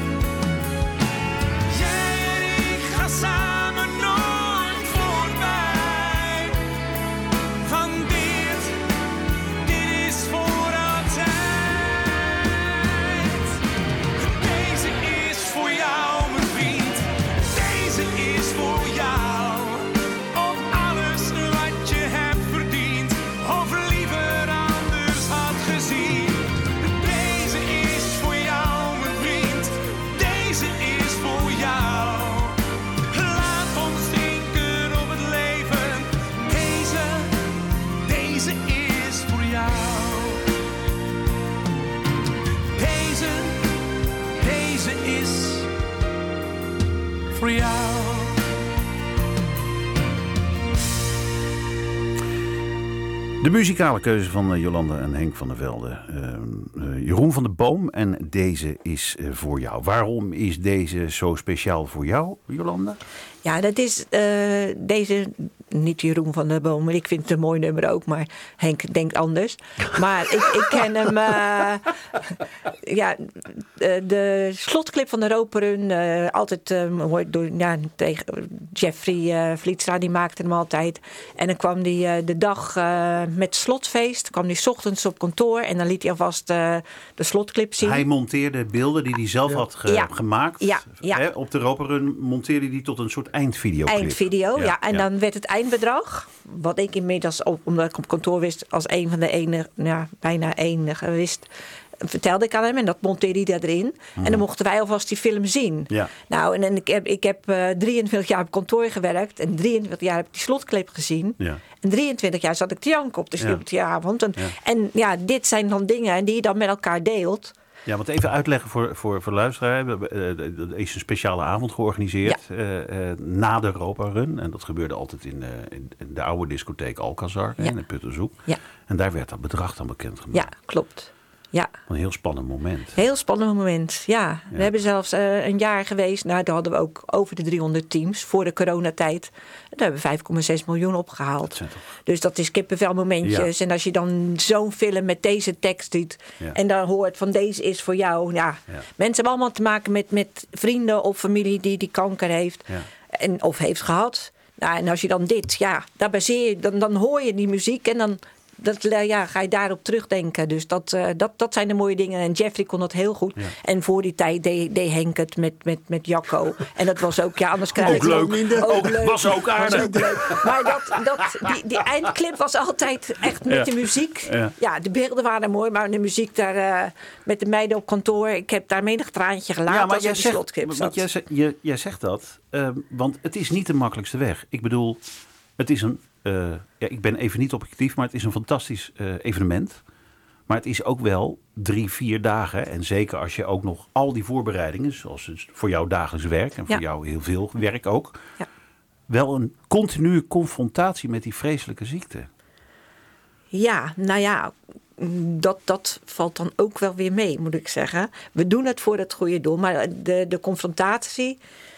Jij en ik gaan samen nooit voorbij. Van dit, dit is voor altijd. Deze is voor jou, mijn vriend. Deze is voor jou. Op alles wat je hebt verdiend, of liever anders had gezien. Deze is voor jou, mijn vriend. Deze is voor jou. Laat ons drinken op het leven. Deze, deze is voor jou. Deze, deze is voor jou. De muzikale keuze van uh, Jolanda en Henk van der Velde. Uh, uh, Jeroen van der Boom en deze is uh, voor jou. Waarom is deze zo speciaal voor jou, Jolanda? Ja, dat is uh, deze, niet Jeroen van der Boom, ik vind het een mooi nummer ook, maar Henk denkt anders. Maar ik, ik ken hem, uh, ja, de, de slotclip van de Roperun, uh, altijd uh, door ja, tegen Jeffrey uh, Vlietstra, die maakte hem altijd. En dan kwam hij uh, de dag uh, met slotfeest, kwam hij 's ochtends op kantoor en dan liet hij alvast uh, de slotclip zien. Hij monteerde beelden die hij zelf ja. had ge- ja. gemaakt. Ja. Ja. Hè, op de Roperun monteerde hij tot een soort eindvideoclip. Eindvideo, ja. ja. En ja. dan werd het eindbedrag, wat ik inmiddels, omdat ik op kantoor wist, als een van de enige, ja, bijna enige wist, vertelde ik aan hem en dat monteerde hij erin. Mm-hmm. En dan mochten wij alvast die film zien. Ja. Nou, en, en ik heb, ik heb uh, drieëntwintig jaar op kantoor gewerkt en drieëntwintig jaar heb ik die slotclip gezien. Ja. En drieëntwintig jaar zat ik te janken op de, ja. op de avond. En ja. en ja, dit zijn dan dingen die je dan met elkaar deelt. Ja, want even uitleggen voor, voor, voor luisteraars. Er is een speciale avond georganiseerd ja. uh, uh, na de Europa Run. En dat gebeurde altijd in, uh, in de oude discotheek Alcazar, ja. in de Puttenzoek. Ja. En daar werd dat bedrag dan bekendgemaakt. Ja, klopt. Ja. Een heel spannend moment. Heel spannend moment, ja. ja. We hebben zelfs uh, een jaar geweest, nou, daar hadden we ook over de driehonderd teams voor de coronatijd. Daar hebben we vijf komma zes miljoen opgehaald. Dat dus dat is kippenvel momentjes. Ja. En als je dan zo'n film met deze tekst ziet ja. en dan hoort van deze is voor jou. Ja. Ja. Mensen hebben allemaal te maken met, met vrienden of familie die die kanker heeft ja. en, of heeft gehad. Nou, en als je dan dit, ja, daar baseer je, dan, dan hoor je die muziek en dan... Dat, ja, ga je daarop terugdenken. Dus dat, uh, dat, dat zijn de mooie dingen. En Jeffrey kon dat heel goed. Ja. En voor die tijd deed, deed Henk het met, met, met Jacco. En dat was ook, ja, anders krijg je ook leuk. Minder. Ook, ook leuk. Was ook aardig. Was ook leuk. Maar dat, dat, die, die eindclip was altijd echt met ja. de muziek. Ja. ja, de beelden waren mooi, maar de muziek daar uh, met de meiden op kantoor. Ik heb daar menig traantje gelaten. Ja, maar jij zegt, want jij, zegt, jij, jij zegt dat, uh, want het is niet de makkelijkste weg. Ik bedoel, het is een... Uh, ja, ik ben even niet objectief, maar het is een fantastisch uh, evenement. Maar het is ook wel drie, vier dagen. En zeker als je ook nog al die voorbereidingen, zoals het voor jouw dagelijks werk en voor ja. jou heel veel werk ook, ja. wel een continue confrontatie met die vreselijke ziekte. Ja, nou ja, dat, dat valt dan ook wel weer mee, moet ik zeggen. We doen het voor het goede doel, maar de, de confrontatie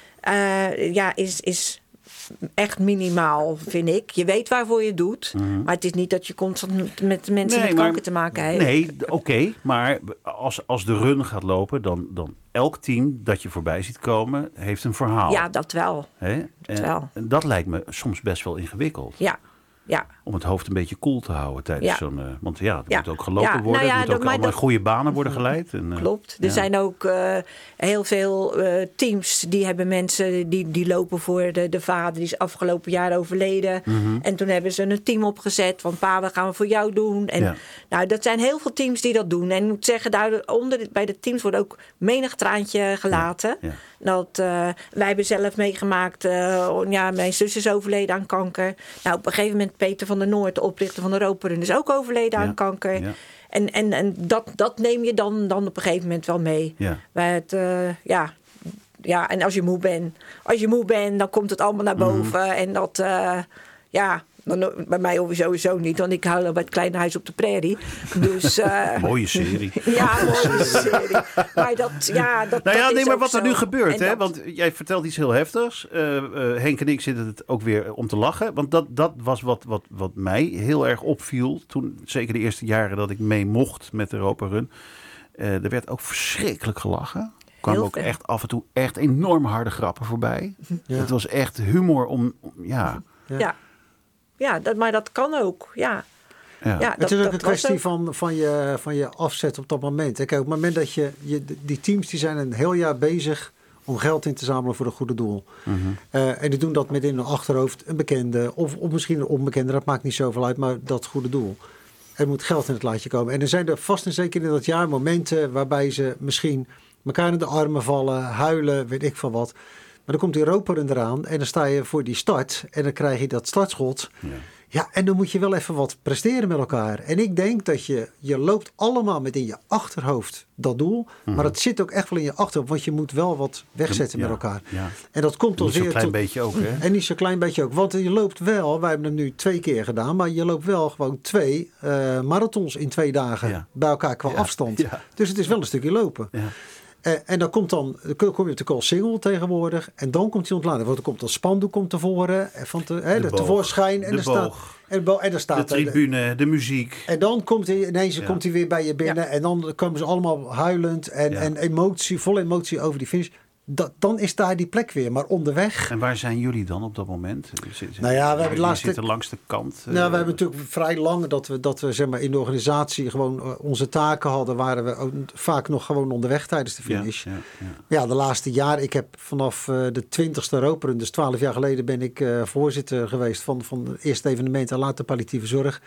uh, ja, is... is echt minimaal, vind ik. Je weet waarvoor je het doet. Mm-hmm. Maar het is niet dat je constant met mensen nee, met kanker te maken heeft. Nee, oké. Okay, maar als, als de run gaat lopen, dan, dan elk team dat je voorbij ziet komen, heeft een verhaal. Ja, dat wel. He? Dat, en, wel. En dat lijkt me soms best wel ingewikkeld. Ja. Ja. Om het hoofd een beetje koel te houden tijdens ja. zo'n... Uh, want ja, er ja. moet ook gelopen ja, worden. Nou ja, er moeten ook allemaal dat, goede banen worden geleid. En, uh, klopt. Er ja. zijn ook uh, heel veel uh, teams die hebben mensen die, die lopen voor de, de vader. Die is afgelopen jaar overleden. Mm-hmm. En toen hebben ze een team opgezet van pa, wat gaan we voor jou doen? En ja. nou, dat zijn heel veel teams die dat doen. En ik moet zeggen, daaronder bij de teams wordt ook menig traantje gelaten. Ja. Ja. Dat, uh, wij hebben zelf meegemaakt, uh, ja, mijn zus is overleden aan kanker. Nou, op een gegeven moment Peter van der Noord, de oprichter van de Europa Run, is ook overleden ja. aan kanker. Ja. En, en, en dat, dat neem je dan, dan op een gegeven moment wel mee. Ja. Bij het, uh, ja, ja, en als je moe bent, als je moe bent, dan komt het allemaal naar boven. Mm. En dat, uh, ja... Dan, bij mij sowieso niet, want ik hou bij het kleine huis op de prairie. Dus, uh, mooie serie. Ja, mooie serie. Maar dat, ja, dat, nou ja, dat nee, maar wat zo. er nu gebeurt, hè? Dat... Want jij vertelt iets heel heftigs. Uh, uh, Henk en ik zitten het ook weer om te lachen. Want dat, dat was wat, wat, wat mij heel erg opviel. Toen, zeker de eerste jaren dat ik mee mocht met de Europa Run. Uh, er werd ook verschrikkelijk gelachen. Er kwamen ook echt af en toe echt enorm harde grappen voorbij. Ja. Het was echt humor om, om ja... ja. ja. Ja, dat, maar dat kan ook, ja. ja. ja dat, het is ook een kwestie ook... Van, van, je, van je afzet op dat moment. Kijk, op het moment dat je, je... Die teams die zijn een heel jaar bezig om geld in te zamelen voor een goede doel. Mm-hmm. Uh, en die doen dat met in hun achterhoofd een bekende... Of, of misschien een onbekende, dat maakt niet zoveel uit... maar dat goede doel. Er moet geld in het laadje komen. En er zijn er vast en zeker in dat jaar momenten... waarbij ze misschien elkaar in de armen vallen... huilen, weet ik van wat... Maar dan komt die Europa Run eraan en dan sta je voor die start en dan krijg je dat startschot. Ja. Ja, en dan moet je wel even wat presteren met elkaar. En ik denk dat je, je loopt allemaal met in je achterhoofd dat doel. Mm-hmm. Maar het zit ook echt wel in je achterhoofd, want je moet wel wat wegzetten ja, met elkaar. Ja. En dat komt toch zeer... Niet zo'n klein to- beetje ook, hè? En niet zo'n klein beetje ook. Want je loopt wel, wij hebben het nu twee keer gedaan, maar je loopt wel gewoon twee uh, marathons in twee dagen ja. bij elkaar qua ja. afstand. Ja. Dus het is wel een stukje lopen. Ja. Uh, en dan komt dan, dan kom je op de call single tegenwoordig. En dan komt die ontlading. Want dan komt dat spandoek komt tevoren. Van te, hè, de, de tevoorschijn. En de er boog. Staat, en, bo- en er staat de tribune, de, de muziek. En dan komt hij ineens ja. komt hij weer bij je binnen. Ja. En dan komen ze allemaal huilend. En, ja. en emotie, vol emotie over die finish. Dat, dan is daar die plek weer. Maar onderweg... En waar zijn jullie dan op dat moment? Zit, nou ja, we hebben de laatste... zitten langs de kant. Uh... Nou, we hebben natuurlijk vrij lang dat we, dat we zeg maar, in de organisatie gewoon uh, onze taken hadden. Waren we ook vaak nog gewoon onderweg tijdens de finish. Ja, ja, ja. ja de laatste jaar. Ik heb vanaf uh, de twintigste Europa Run, dus twaalf jaar geleden, ben ik uh, voorzitter geweest van, van het eerste evenement en later palliatieve zorg.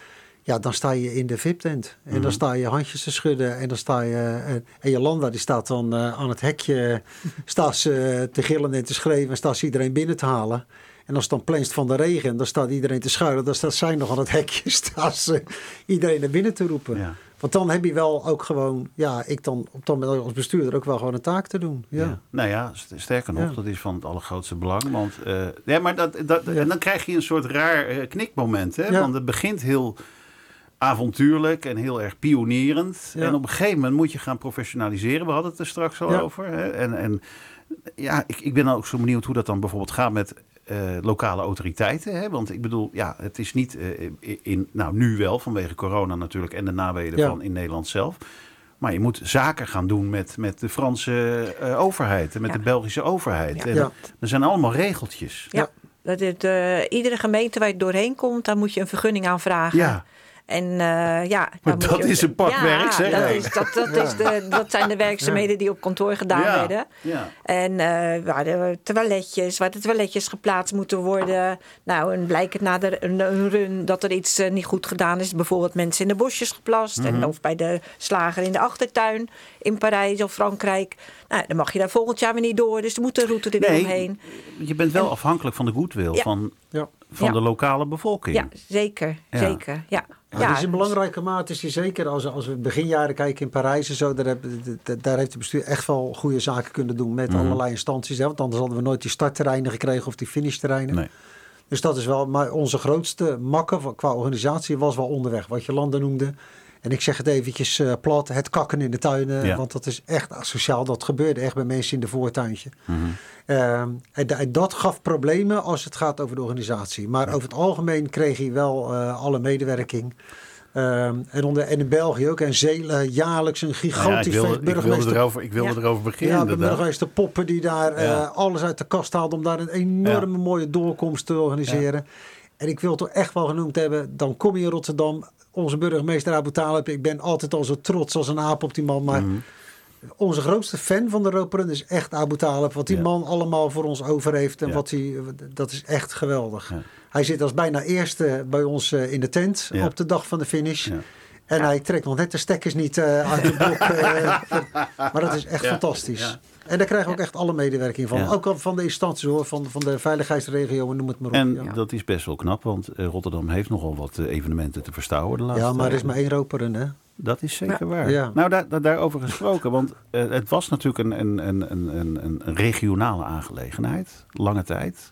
Ja, dan sta je in de V I P-tent. En Mm-hmm. dan sta je handjes te schudden. En dan sta je... En, en Jolanda die staat dan uh, aan het hekje... staat ze te gillen en te schreeuwen... en staat ze iedereen binnen te halen. En als het dan plenst van de regen... dan staat iedereen te schuilen. Dan staat zij nog aan het hekje... staat ze iedereen naar binnen te roepen. Ja. Want dan heb je wel ook gewoon... ja, ik dan, dan als bestuurder ook wel gewoon een taak te doen. Ja. Ja. Nou ja, sterker nog, ja. dat is van het allergrootste belang. Want uh, ja, maar dat, dat, ja. En dan krijg je een soort raar uh, knikmoment. Hè? Ja. Want het begint heel... avontuurlijk en heel erg pionierend. Ja. En op een gegeven moment moet je gaan professionaliseren. We hadden het er straks al ja. over. Hè? En, en ja, ik, ik ben ook zo benieuwd hoe dat dan bijvoorbeeld gaat met uh, lokale autoriteiten. Hè? Want ik bedoel, ja, het is niet uh, in, nou nu wel vanwege corona natuurlijk en de naweeën ja. van in Nederland zelf. Maar je moet zaken gaan doen met, met de Franse uh, overheid en met ja. de Belgische overheid. Ja. En ja. Er zijn allemaal regeltjes. Ja, dat het, uh, iedere gemeente waar je doorheen komt, daar moet je een vergunning aanvragen. Ja. En uh, ja, maar dat je, is een pak ja, werk, zeg. Dat, is, dat, dat, ja. is de, dat zijn de werkzaamheden die op kantoor gedaan ja. werden. Ja. En uh, waar de toiletjes, waar de toiletjes geplaatst moeten worden. Nou, en blijkt het na de een run dat er iets uh, niet goed gedaan is. Bijvoorbeeld mensen in de bosjes geplast. Mm-hmm. En, of bij de slager in de achtertuin in Parijs of Frankrijk. Nou, dan mag je daar volgend jaar weer niet door. Dus er moet een route er weer nee, omheen. Je bent wel en, afhankelijk van de goodwill ja. van, ja. van ja. de lokale bevolking. Ja, zeker. Ja. zeker ja. Ja, ja, dat is een belangrijke maat. Is die zeker als, als we beginjaren kijken in Parijs en zo. Daar, heb, daar heeft het bestuur echt wel goede zaken kunnen doen met mm. allerlei instanties. Hè? Want anders hadden we nooit die startterreinen gekregen of die finishterreinen. Nee. Dus dat is wel. Maar onze grootste makker qua organisatie was wel onderweg. Wat je landen noemde. En ik zeg het eventjes uh, plat, het kakken in de tuinen. Ja. Want dat is echt asociaal. Dat gebeurde echt bij mensen in de voortuintje. Mm-hmm. Uh, en, en dat gaf problemen als het gaat over de organisatie. Maar ja. over het algemeen kreeg hij wel uh, alle medewerking. Uh, en, onder, en in België ook. En Zeelen jaarlijks een gigantisch ja, ja, ik wilde, burgemeester. Ik wilde erover, ik wilde ja. erover beginnen. Ja, de burgemeester Poppen die daar ja. uh, alles uit de kast haalde om daar een enorme ja. mooie doorkomst te organiseren. Ja. En ik wil het toch echt wel genoemd hebben. Dan kom je in Rotterdam. Onze burgemeester Abu Talib. Ik ben altijd al zo trots als een aap op die man. Maar mm. onze grootste fan van de Europa Run is echt Abu Talib. Wat die ja. man allemaal voor ons over heeft. En ja. wat hij, dat is echt geweldig. Ja. Hij zit als bijna eerste bij ons uh, in de tent ja. op de dag van de finish. Ja. En ja. hij trekt nog net de stekkers niet uh, uit de blok. Uh, maar dat is echt ja. fantastisch. Ja. En daar krijgen we ook echt alle medewerking van. Ja. Ook al van de instanties hoor, van, van de veiligheidsregio, noem het maar op. En ja. dat is best wel knap, want uh, Rotterdam heeft nogal wat uh, evenementen te verstouwen de laatste Ja, maar er is maar één Europa Run, hè? Dat is zeker ja. waar. Ja. Nou, daar, daar, daarover gesproken, want uh, het was natuurlijk een, een, een, een, een, een regionale aangelegenheid, lange tijd.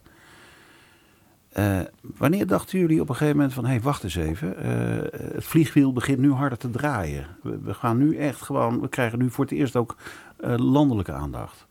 Uh, wanneer dachten jullie op een gegeven moment van, hé, hey, wacht eens even, uh, het vliegwiel begint nu harder te draaien. We, we gaan nu echt gewoon, we krijgen nu voor het eerst ook uh, landelijke aandacht.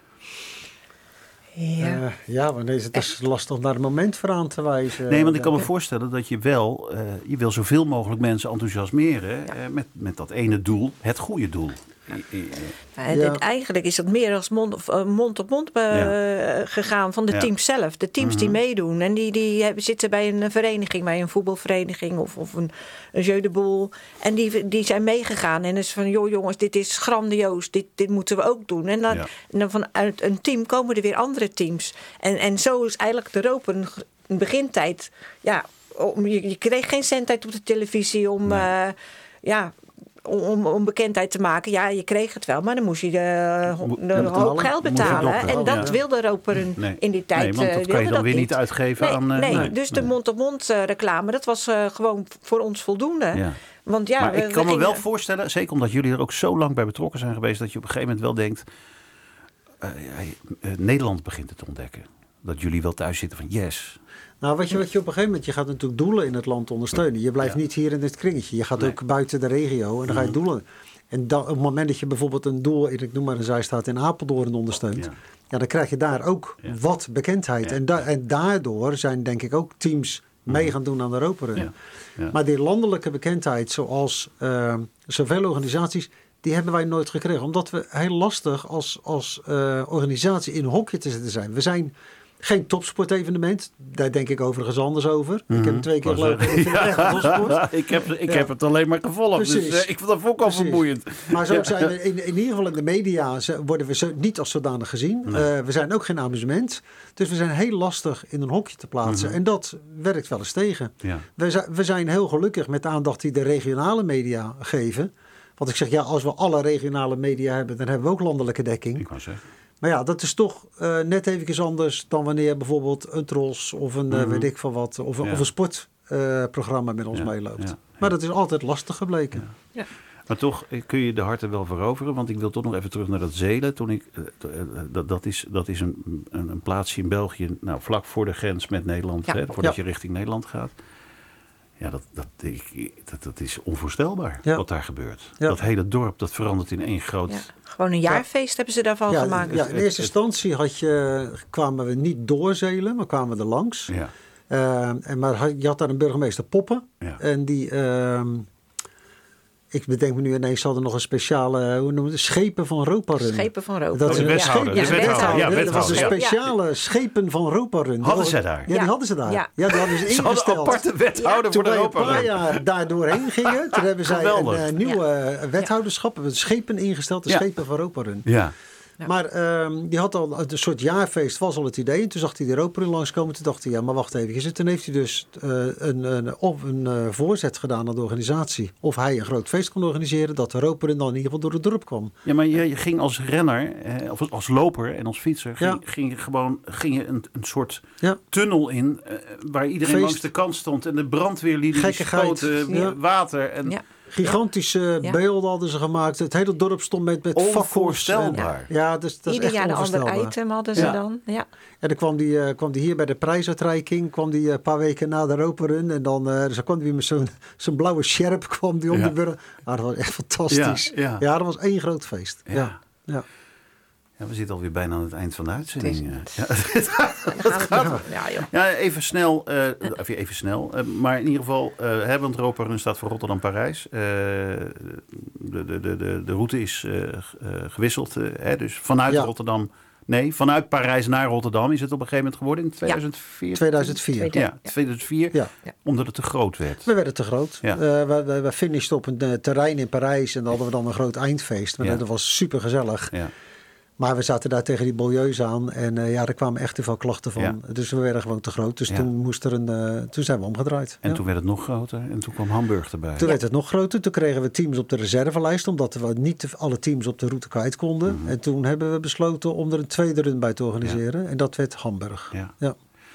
Ja, uh, ja maar nee, het is lastig om daar een moment voor aan te wijzen. Nee, want ik kan me voorstellen dat je wel, uh, je wil zoveel mogelijk mensen enthousiasmeren ja. uh, met, met dat ene doel, het goede doel. Ja, ja. Eigenlijk is dat meer als mond, of, uh, mond op mond uh, ja. gegaan van de ja. teams zelf. De teams mm-hmm. die meedoen. En die, die hebben, zitten bij een vereniging, bij een voetbalvereniging of, of een, een jeu de boel. En die, die zijn meegegaan. En is van, joh jongens, dit is grandioos. Dit, dit moeten we ook doen. En dan, ja. en dan vanuit een team komen er weer andere teams. En, en zo is eigenlijk de Europa een, een begintijd. Ja, om, je, je kreeg geen zendtijd op de televisie om... Nee. Uh, ja, Om, om bekendheid te maken. Ja, je kreeg het wel, maar dan moest je de, de ja, hoop geld betalen. En dat ja. wilde Roper nee. in die tijd. Nee, want dat kan je dan dat weer niet uitgeven nee, aan... Uh, nee, nee, dus nee. de mond-op-mond uh, reclame, dat was uh, gewoon voor ons voldoende. Ja. Want ja, maar we, ik kan we me gingen... wel voorstellen, zeker omdat jullie er ook zo lang bij betrokken zijn geweest, dat je op een gegeven moment wel denkt, uh, uh, Nederland begint het te ontdekken. Dat jullie wel thuis zitten van yes... Nou, wat je, wat je op een gegeven moment, je gaat natuurlijk doelen in het land ondersteunen. Je blijft ja. niet hier in dit kringetje. Je gaat nee. ook buiten de regio en dan ga je doelen. En dan, op het moment dat je bijvoorbeeld een doel, ik noem maar een zijstaat in Apeldoorn ondersteunt. Ja. ja, dan krijg je daar ook ja. wat bekendheid. Ja. En, da- en daardoor zijn denk ik ook teams mee gaan doen aan de Europa Run. Ja. Ja. Maar die landelijke bekendheid, zoals uh, zoveel organisaties, die hebben wij nooit gekregen. Omdat we heel lastig als, als uh, organisatie in een hokje te zitten zijn. We zijn... Geen topsportevenement. Daar denk ik overigens anders over. Mm-hmm. Ik heb hem twee keer gelopen. Ik vind het echt topsport. ik heb, ik ja. heb het alleen maar gevolgd. Precies. Dus uh, ik vond dat ook al vermoeiend. Maar zo zijn we in, in ieder geval in de media worden we zo, niet als zodanig gezien. Nee. Uh, we zijn ook geen amusement. Dus we zijn heel lastig in een hokje te plaatsen. Mm-hmm. En dat werkt wel eens tegen. Ja. We, zijn, we zijn heel gelukkig met de aandacht die de regionale media geven. Want ik zeg, ja, als we alle regionale media hebben, dan hebben we ook landelijke dekking. Ik wou zeggen. Maar ja, dat is toch uh, net even anders dan wanneer bijvoorbeeld een Tros of een mm-hmm. uh, weet ik van wat, of, ja. of een sportprogramma uh, met ons ja, meeloopt. Ja, ja. Maar dat is altijd lastig gebleken. Ja. Ja. Maar toch kun je de harten wel veroveren, want ik wil toch nog even terug naar dat Zelen. Toen ik, uh, dat, dat is, dat is een, een, een plaatsje in België, nou, vlak voor de grens met Nederland, ja. hè, voordat ja. je richting Nederland gaat. Ja, dat, dat, ik, dat, dat is onvoorstelbaar ja. wat daar gebeurt. Ja. Dat hele dorp, dat verandert in één groot... Ja. Gewoon een jaarfeest ja. hebben ze daarvan ja, gemaakt. Ja, in eerste instantie had je, kwamen we niet door Zelen, maar kwamen we er langs. Ja. Uh, en maar je had daar een burgemeester Poppen. Ja. En die... Uh, ik bedenk me nu ineens, ze hadden nog een speciale, hoe noem je het, schepen van Roparun. Schepen van Roparun. Dat is een wethouder. Ja, de wethouder. Ja, dat was een speciale ja. schepen van Roparun. Hadden ze daar? Ja, die hadden ze daar. Ja, ja die hadden ze ingesteld. Ze hadden een aparte wethouder ja. voor de Roparun. Toen wij een paar jaar daar doorheen gingen, toen hebben zij Geweldig. een uh, nieuwe ja. wethouderschap, hebben schepen ingesteld, de ja. schepen van Roparun. Ja. Ja. Maar um, die had al een soort jaarfeest, was al het idee. En toen zag hij de Roparun langskomen. Toen dacht hij, ja, maar wacht even. Toen heeft hij dus uh, een, een, een, een uh, voorzet gedaan aan de organisatie. Of hij een groot feest kon organiseren, dat de Roparun dan in ieder geval door het dorp kwam. Ja, maar je, je ging als renner, eh, of als loper en als fietser, ging, ja. ging je gewoon ging je een, een soort ja. tunnel in, uh, waar iedereen feest. langs de kant stond. En de brandweerlieden die schoten, ja. water en... Ja. Gigantische ja. beelden hadden ze gemaakt. Het hele dorp stond met, met fakkels. Onvoorstelbaar. En, ja, dus, dat Ieder is echt jaar een ander item hadden ze ja. dan. Ja. En dan kwam die, uh, kwam die hier bij de prijsuitreiking. Kwam die een uh, paar weken na de Roparun. En dan, uh, dus kwam die met zo'n, zo'n blauwe sjerp kwam die om ja. de burger. Nou, dat was echt fantastisch. Ja, ja. ja, dat was één groot feest. Ja. Ja. Ja. Ja, we zitten alweer bijna aan het eind van de uitzending. Ja. Ja, ja, ja, even snel. Uh, even snel. Uh, maar in ieder geval, uh, hè, want Roparun staat voor Rotterdam-Parijs. Uh, de, de, de, de, de route is uh, uh, gewisseld. Uh, hè, dus vanuit ja. Rotterdam... Nee, vanuit Parijs naar Rotterdam is het op een gegeven moment geworden in tweeduizend vier. tweeduizend vier. Ja, tweeduizend vier. Ja. Omdat het te groot werd. We werden te groot. Ja. Uh, we, we, we finishten op een uh, terrein in Parijs en dan hadden we dan een groot eindfeest. Maar ja. dat was super gezellig. Ja. Maar we zaten daar tegen die Beaulieu's aan. En uh, ja, er kwamen echt te veel klachten van. Ja. Dus we werden gewoon te groot. Dus ja. toen, moest er een, uh, toen zijn we omgedraaid. En ja. toen werd het nog groter. En toen kwam Hamburg erbij. Toen ja. werd het nog groter. Toen kregen we teams op de reservelijst. Omdat we niet alle teams op de route kwijt konden. Mm-hmm. En toen hebben we besloten om er een tweede run bij te organiseren. Ja. En dat werd Hamburg. Ja. Ja.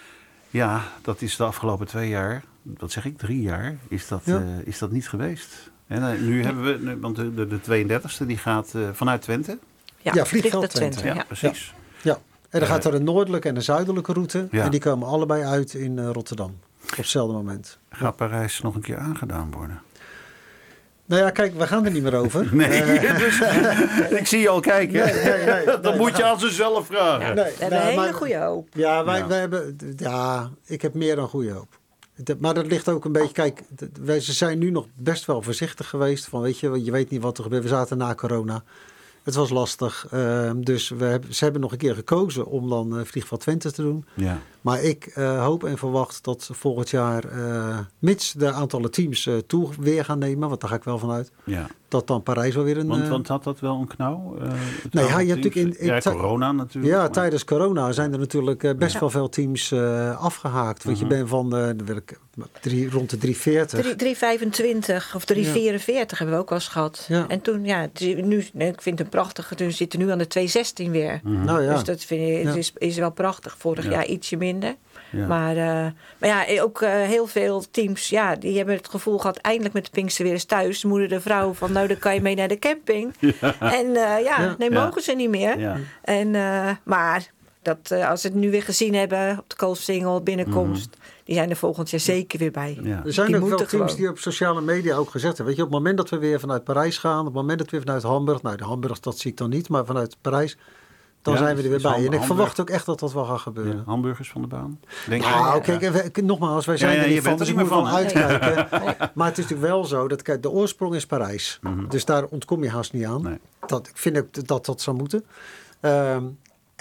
ja, dat is de afgelopen twee jaar. Wat zeg ik? Drie jaar. Is dat, ja. uh, is dat niet geweest. En nu ja. hebben we... Want de, de, de tweeëndertigste die gaat uh, vanuit Twente. Ja, ja Vliegveld Twente. Twente. Ja, ja, precies. Ja. ja. En dan gaat er een noordelijke en een zuidelijke route. Ja. En die komen allebei uit in uh, Rotterdam. Op hetzelfde moment. Gaat ja. Parijs nog een keer aangedaan worden? Nou ja, kijk, we gaan er niet meer over. Nee, uh, dus, ik zie je al kijken. Nee, nee, nee, Dan nee, moet je aan ze zelf vragen. Ja, nee, we hebben nou, een hele goede hoop. Ja, wij, ja. wij hebben, ja, ik heb meer dan goede hoop. Maar dat ligt ook een beetje, kijk, wij zijn nu nog best wel voorzichtig geweest. Van weet je, je weet niet wat er gebeurt. We zaten na corona. Het was lastig, uh, dus we hebben, ze hebben nog een keer gekozen om dan uh, Vliegveld Twente te doen. Ja. Maar ik uh, hoop en verwacht dat volgend jaar, uh, mits de aantallen teams uh, toe weer gaan nemen, want daar ga ik wel vanuit, ja. dat dan Parijs wel weer een... Want, want had dat wel een knauw? Uh, nee, ja, je hebt natuurlijk in, in ja, corona natuurlijk. Ja, maar... tijdens corona zijn er natuurlijk uh, best ja. wel veel teams uh, afgehaakt. Want uh-huh. je bent van uh, drie, rond de drie veertig. drie vijfentwintig of drie vierenveertig ja. hebben we ook al eens gehad. Ja. En toen, ja, nu, ik vind het prachtig, we zitten nu aan de twee zestien weer. Uh-huh. Nou, ja. Dus dat vind ik, ja. is, is wel prachtig. Vorig ja. jaar ietsje minder. Ja. Maar, uh, maar ja, ook uh, heel veel teams, ja, die hebben het gevoel gehad, eindelijk met de Pinkster weer eens thuis. Moeder de vrouw van, nou, dan kan je mee naar de camping. Ja. En uh, ja, ja, nee, mogen ja. ze niet meer. Ja. En, uh, maar dat, uh, als ze het nu weer gezien hebben op de Koolsingel binnenkomst, mm. die zijn er volgend jaar zeker weer bij. Ja. Er zijn die ook wel teams gewoon. die op sociale media ook gezet hebben. Weet je, op het moment dat we weer vanuit Parijs gaan, op het moment dat we weer vanuit Hamburg, nou, de Hamburg, dat zie ik dan niet, maar vanuit Parijs, dan ja, zijn we er weer bij. En ik Hamburg. verwacht ook echt dat dat wel gaat gebeuren. Ja, hamburgers van de baan. Denk nou, kijk, ja. we, nogmaals, wij zijn ja, ja, er niet van, dus ik moet van uitkijken. Nee. Maar het is natuurlijk wel zo, dat kijk, de oorsprong is Parijs. Mm-hmm. Dus daar ontkom je haast niet aan. Nee. Dat, ik vind ook dat dat zou moeten. Um,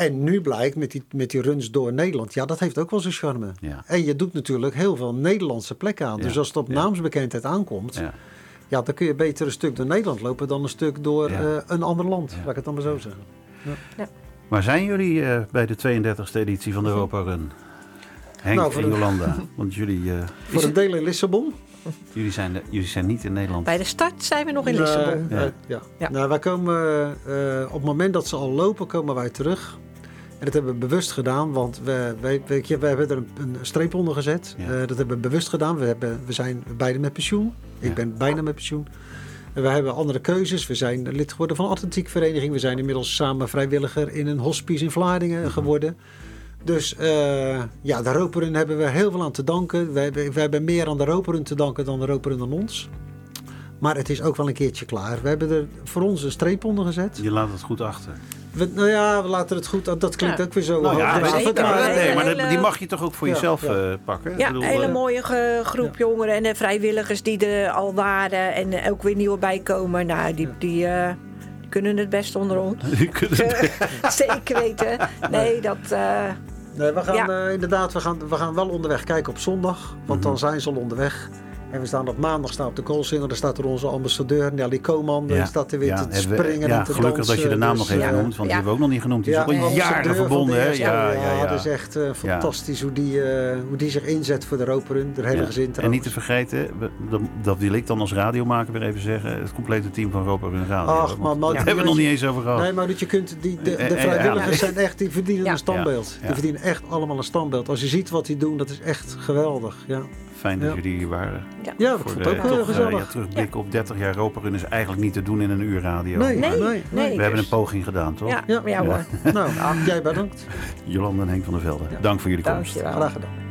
En nu blijkt met die, met die runs door Nederland, ja, dat heeft ook wel zijn charme. Ja. En je doet natuurlijk heel veel Nederlandse plekken aan. Ja. Dus als het op Ja. naamsbekendheid aankomt, Ja. ja, dan kun je beter een stuk door Nederland lopen dan een stuk door Ja. uh, een ander land. Ja. Laat ik het dan maar zo zeggen. Ja. Ja. Waar zijn jullie uh, bij de tweeëndertigste editie van de Europa Run? Henk Nou, voor en de- Jolanda. Want jullie, uh, Voor een deel in Lissabon. jullie, zijn de, jullie zijn niet in Nederland. Bij de start zijn we nog in Nee, Lissabon. uh, Ja. ja. Ja. Nou, wij komen uh, op het moment dat ze al lopen, komen wij terug. En dat hebben we bewust gedaan, want we, we, weet je, we hebben er een, een streep onder gezet. Ja. Uh, dat hebben we bewust gedaan. We, hebben, we zijn beide met pensioen. Ik Ja. ben bijna met pensioen. En we hebben andere keuzes. We zijn lid geworden van een atletiekvereniging. We zijn inmiddels samen vrijwilliger in een hospice in Vlaardingen Mhm. geworden. Dus uh, ja, de Roperun hebben we heel veel aan te danken. We hebben, we hebben meer aan de Roperun te danken dan de Roperun aan ons. Maar het is ook wel een keertje klaar. We hebben er voor ons een streep onder gezet. Je laat het goed achter. We, nou ja, we laten het goed. Dat klinkt Ja. ook weer zo. Nou ja, hoogdravend, zeker. maar- Nee, nee, maar hele- die mag je toch ook voor Ja, jezelf ja. uh, pakken? Ja, Ik bedoel, een hele uh, mooie ge- groep jongeren en de vrijwilligers die er al waren en uh, ook weer nieuwe bijkomen. Nou, die, die, uh, die kunnen het best onder ons. je kunt het- Zeker weten. Nee, dat... Uh, Nee, we gaan Ja. uh, inderdaad, we gaan, we gaan wel onderweg kijken op zondag. Want Mhm. dan zijn ze al onderweg. En we staan op maandag staan op de Koolsingel. Daar staat er onze ambassadeur Nelly Koman. Die Ja. staat er weer Ja, te hebben we- springen ja, en te gelukkig dansen. dat je de naam Dus, nog even uh, noemt, want die ja. hebben we ook nog niet genoemd. Die is Ja, ook al ambassadeur jaren van de verbonden. Hè? eerste- Ja, ja, ja. dat is echt uh, fantastisch hoe, die, uh, hoe die zich inzet voor de Roperun. De hele Ja. gezin En trouwens. niet te vergeten, we- dat, dat wil ik dan als radiomaker weer even zeggen, het complete team van Europa Run Radio. Ach, Want man, man, daar hebben we het nog niet eens over gehad. Nee, maar dat je kunt, die, de, Eh, de eh, vrijwilligers ja. zijn echt, die verdienen Ja. een standbeeld. Ja. Die Ja. verdienen echt allemaal een standbeeld. Als je ziet wat die doen, dat is echt geweldig. Ja, Fijn dat Ja. jullie hier waren. ja ik Voor vond de- het ook heel toch, eh, gezellig. ja, terugblikken op dertig jaar Europa Run is eigenlijk niet te doen in een uur radio. Nee, Maar nee, nee, nee. we dus- hebben een poging gedaan, toch? Ja, Ja. ja, hoor. Nou, jij bedankt. Jolanda en Henk van der Velde, dank voor jullie komst. Dankjewel. Graag gedaan.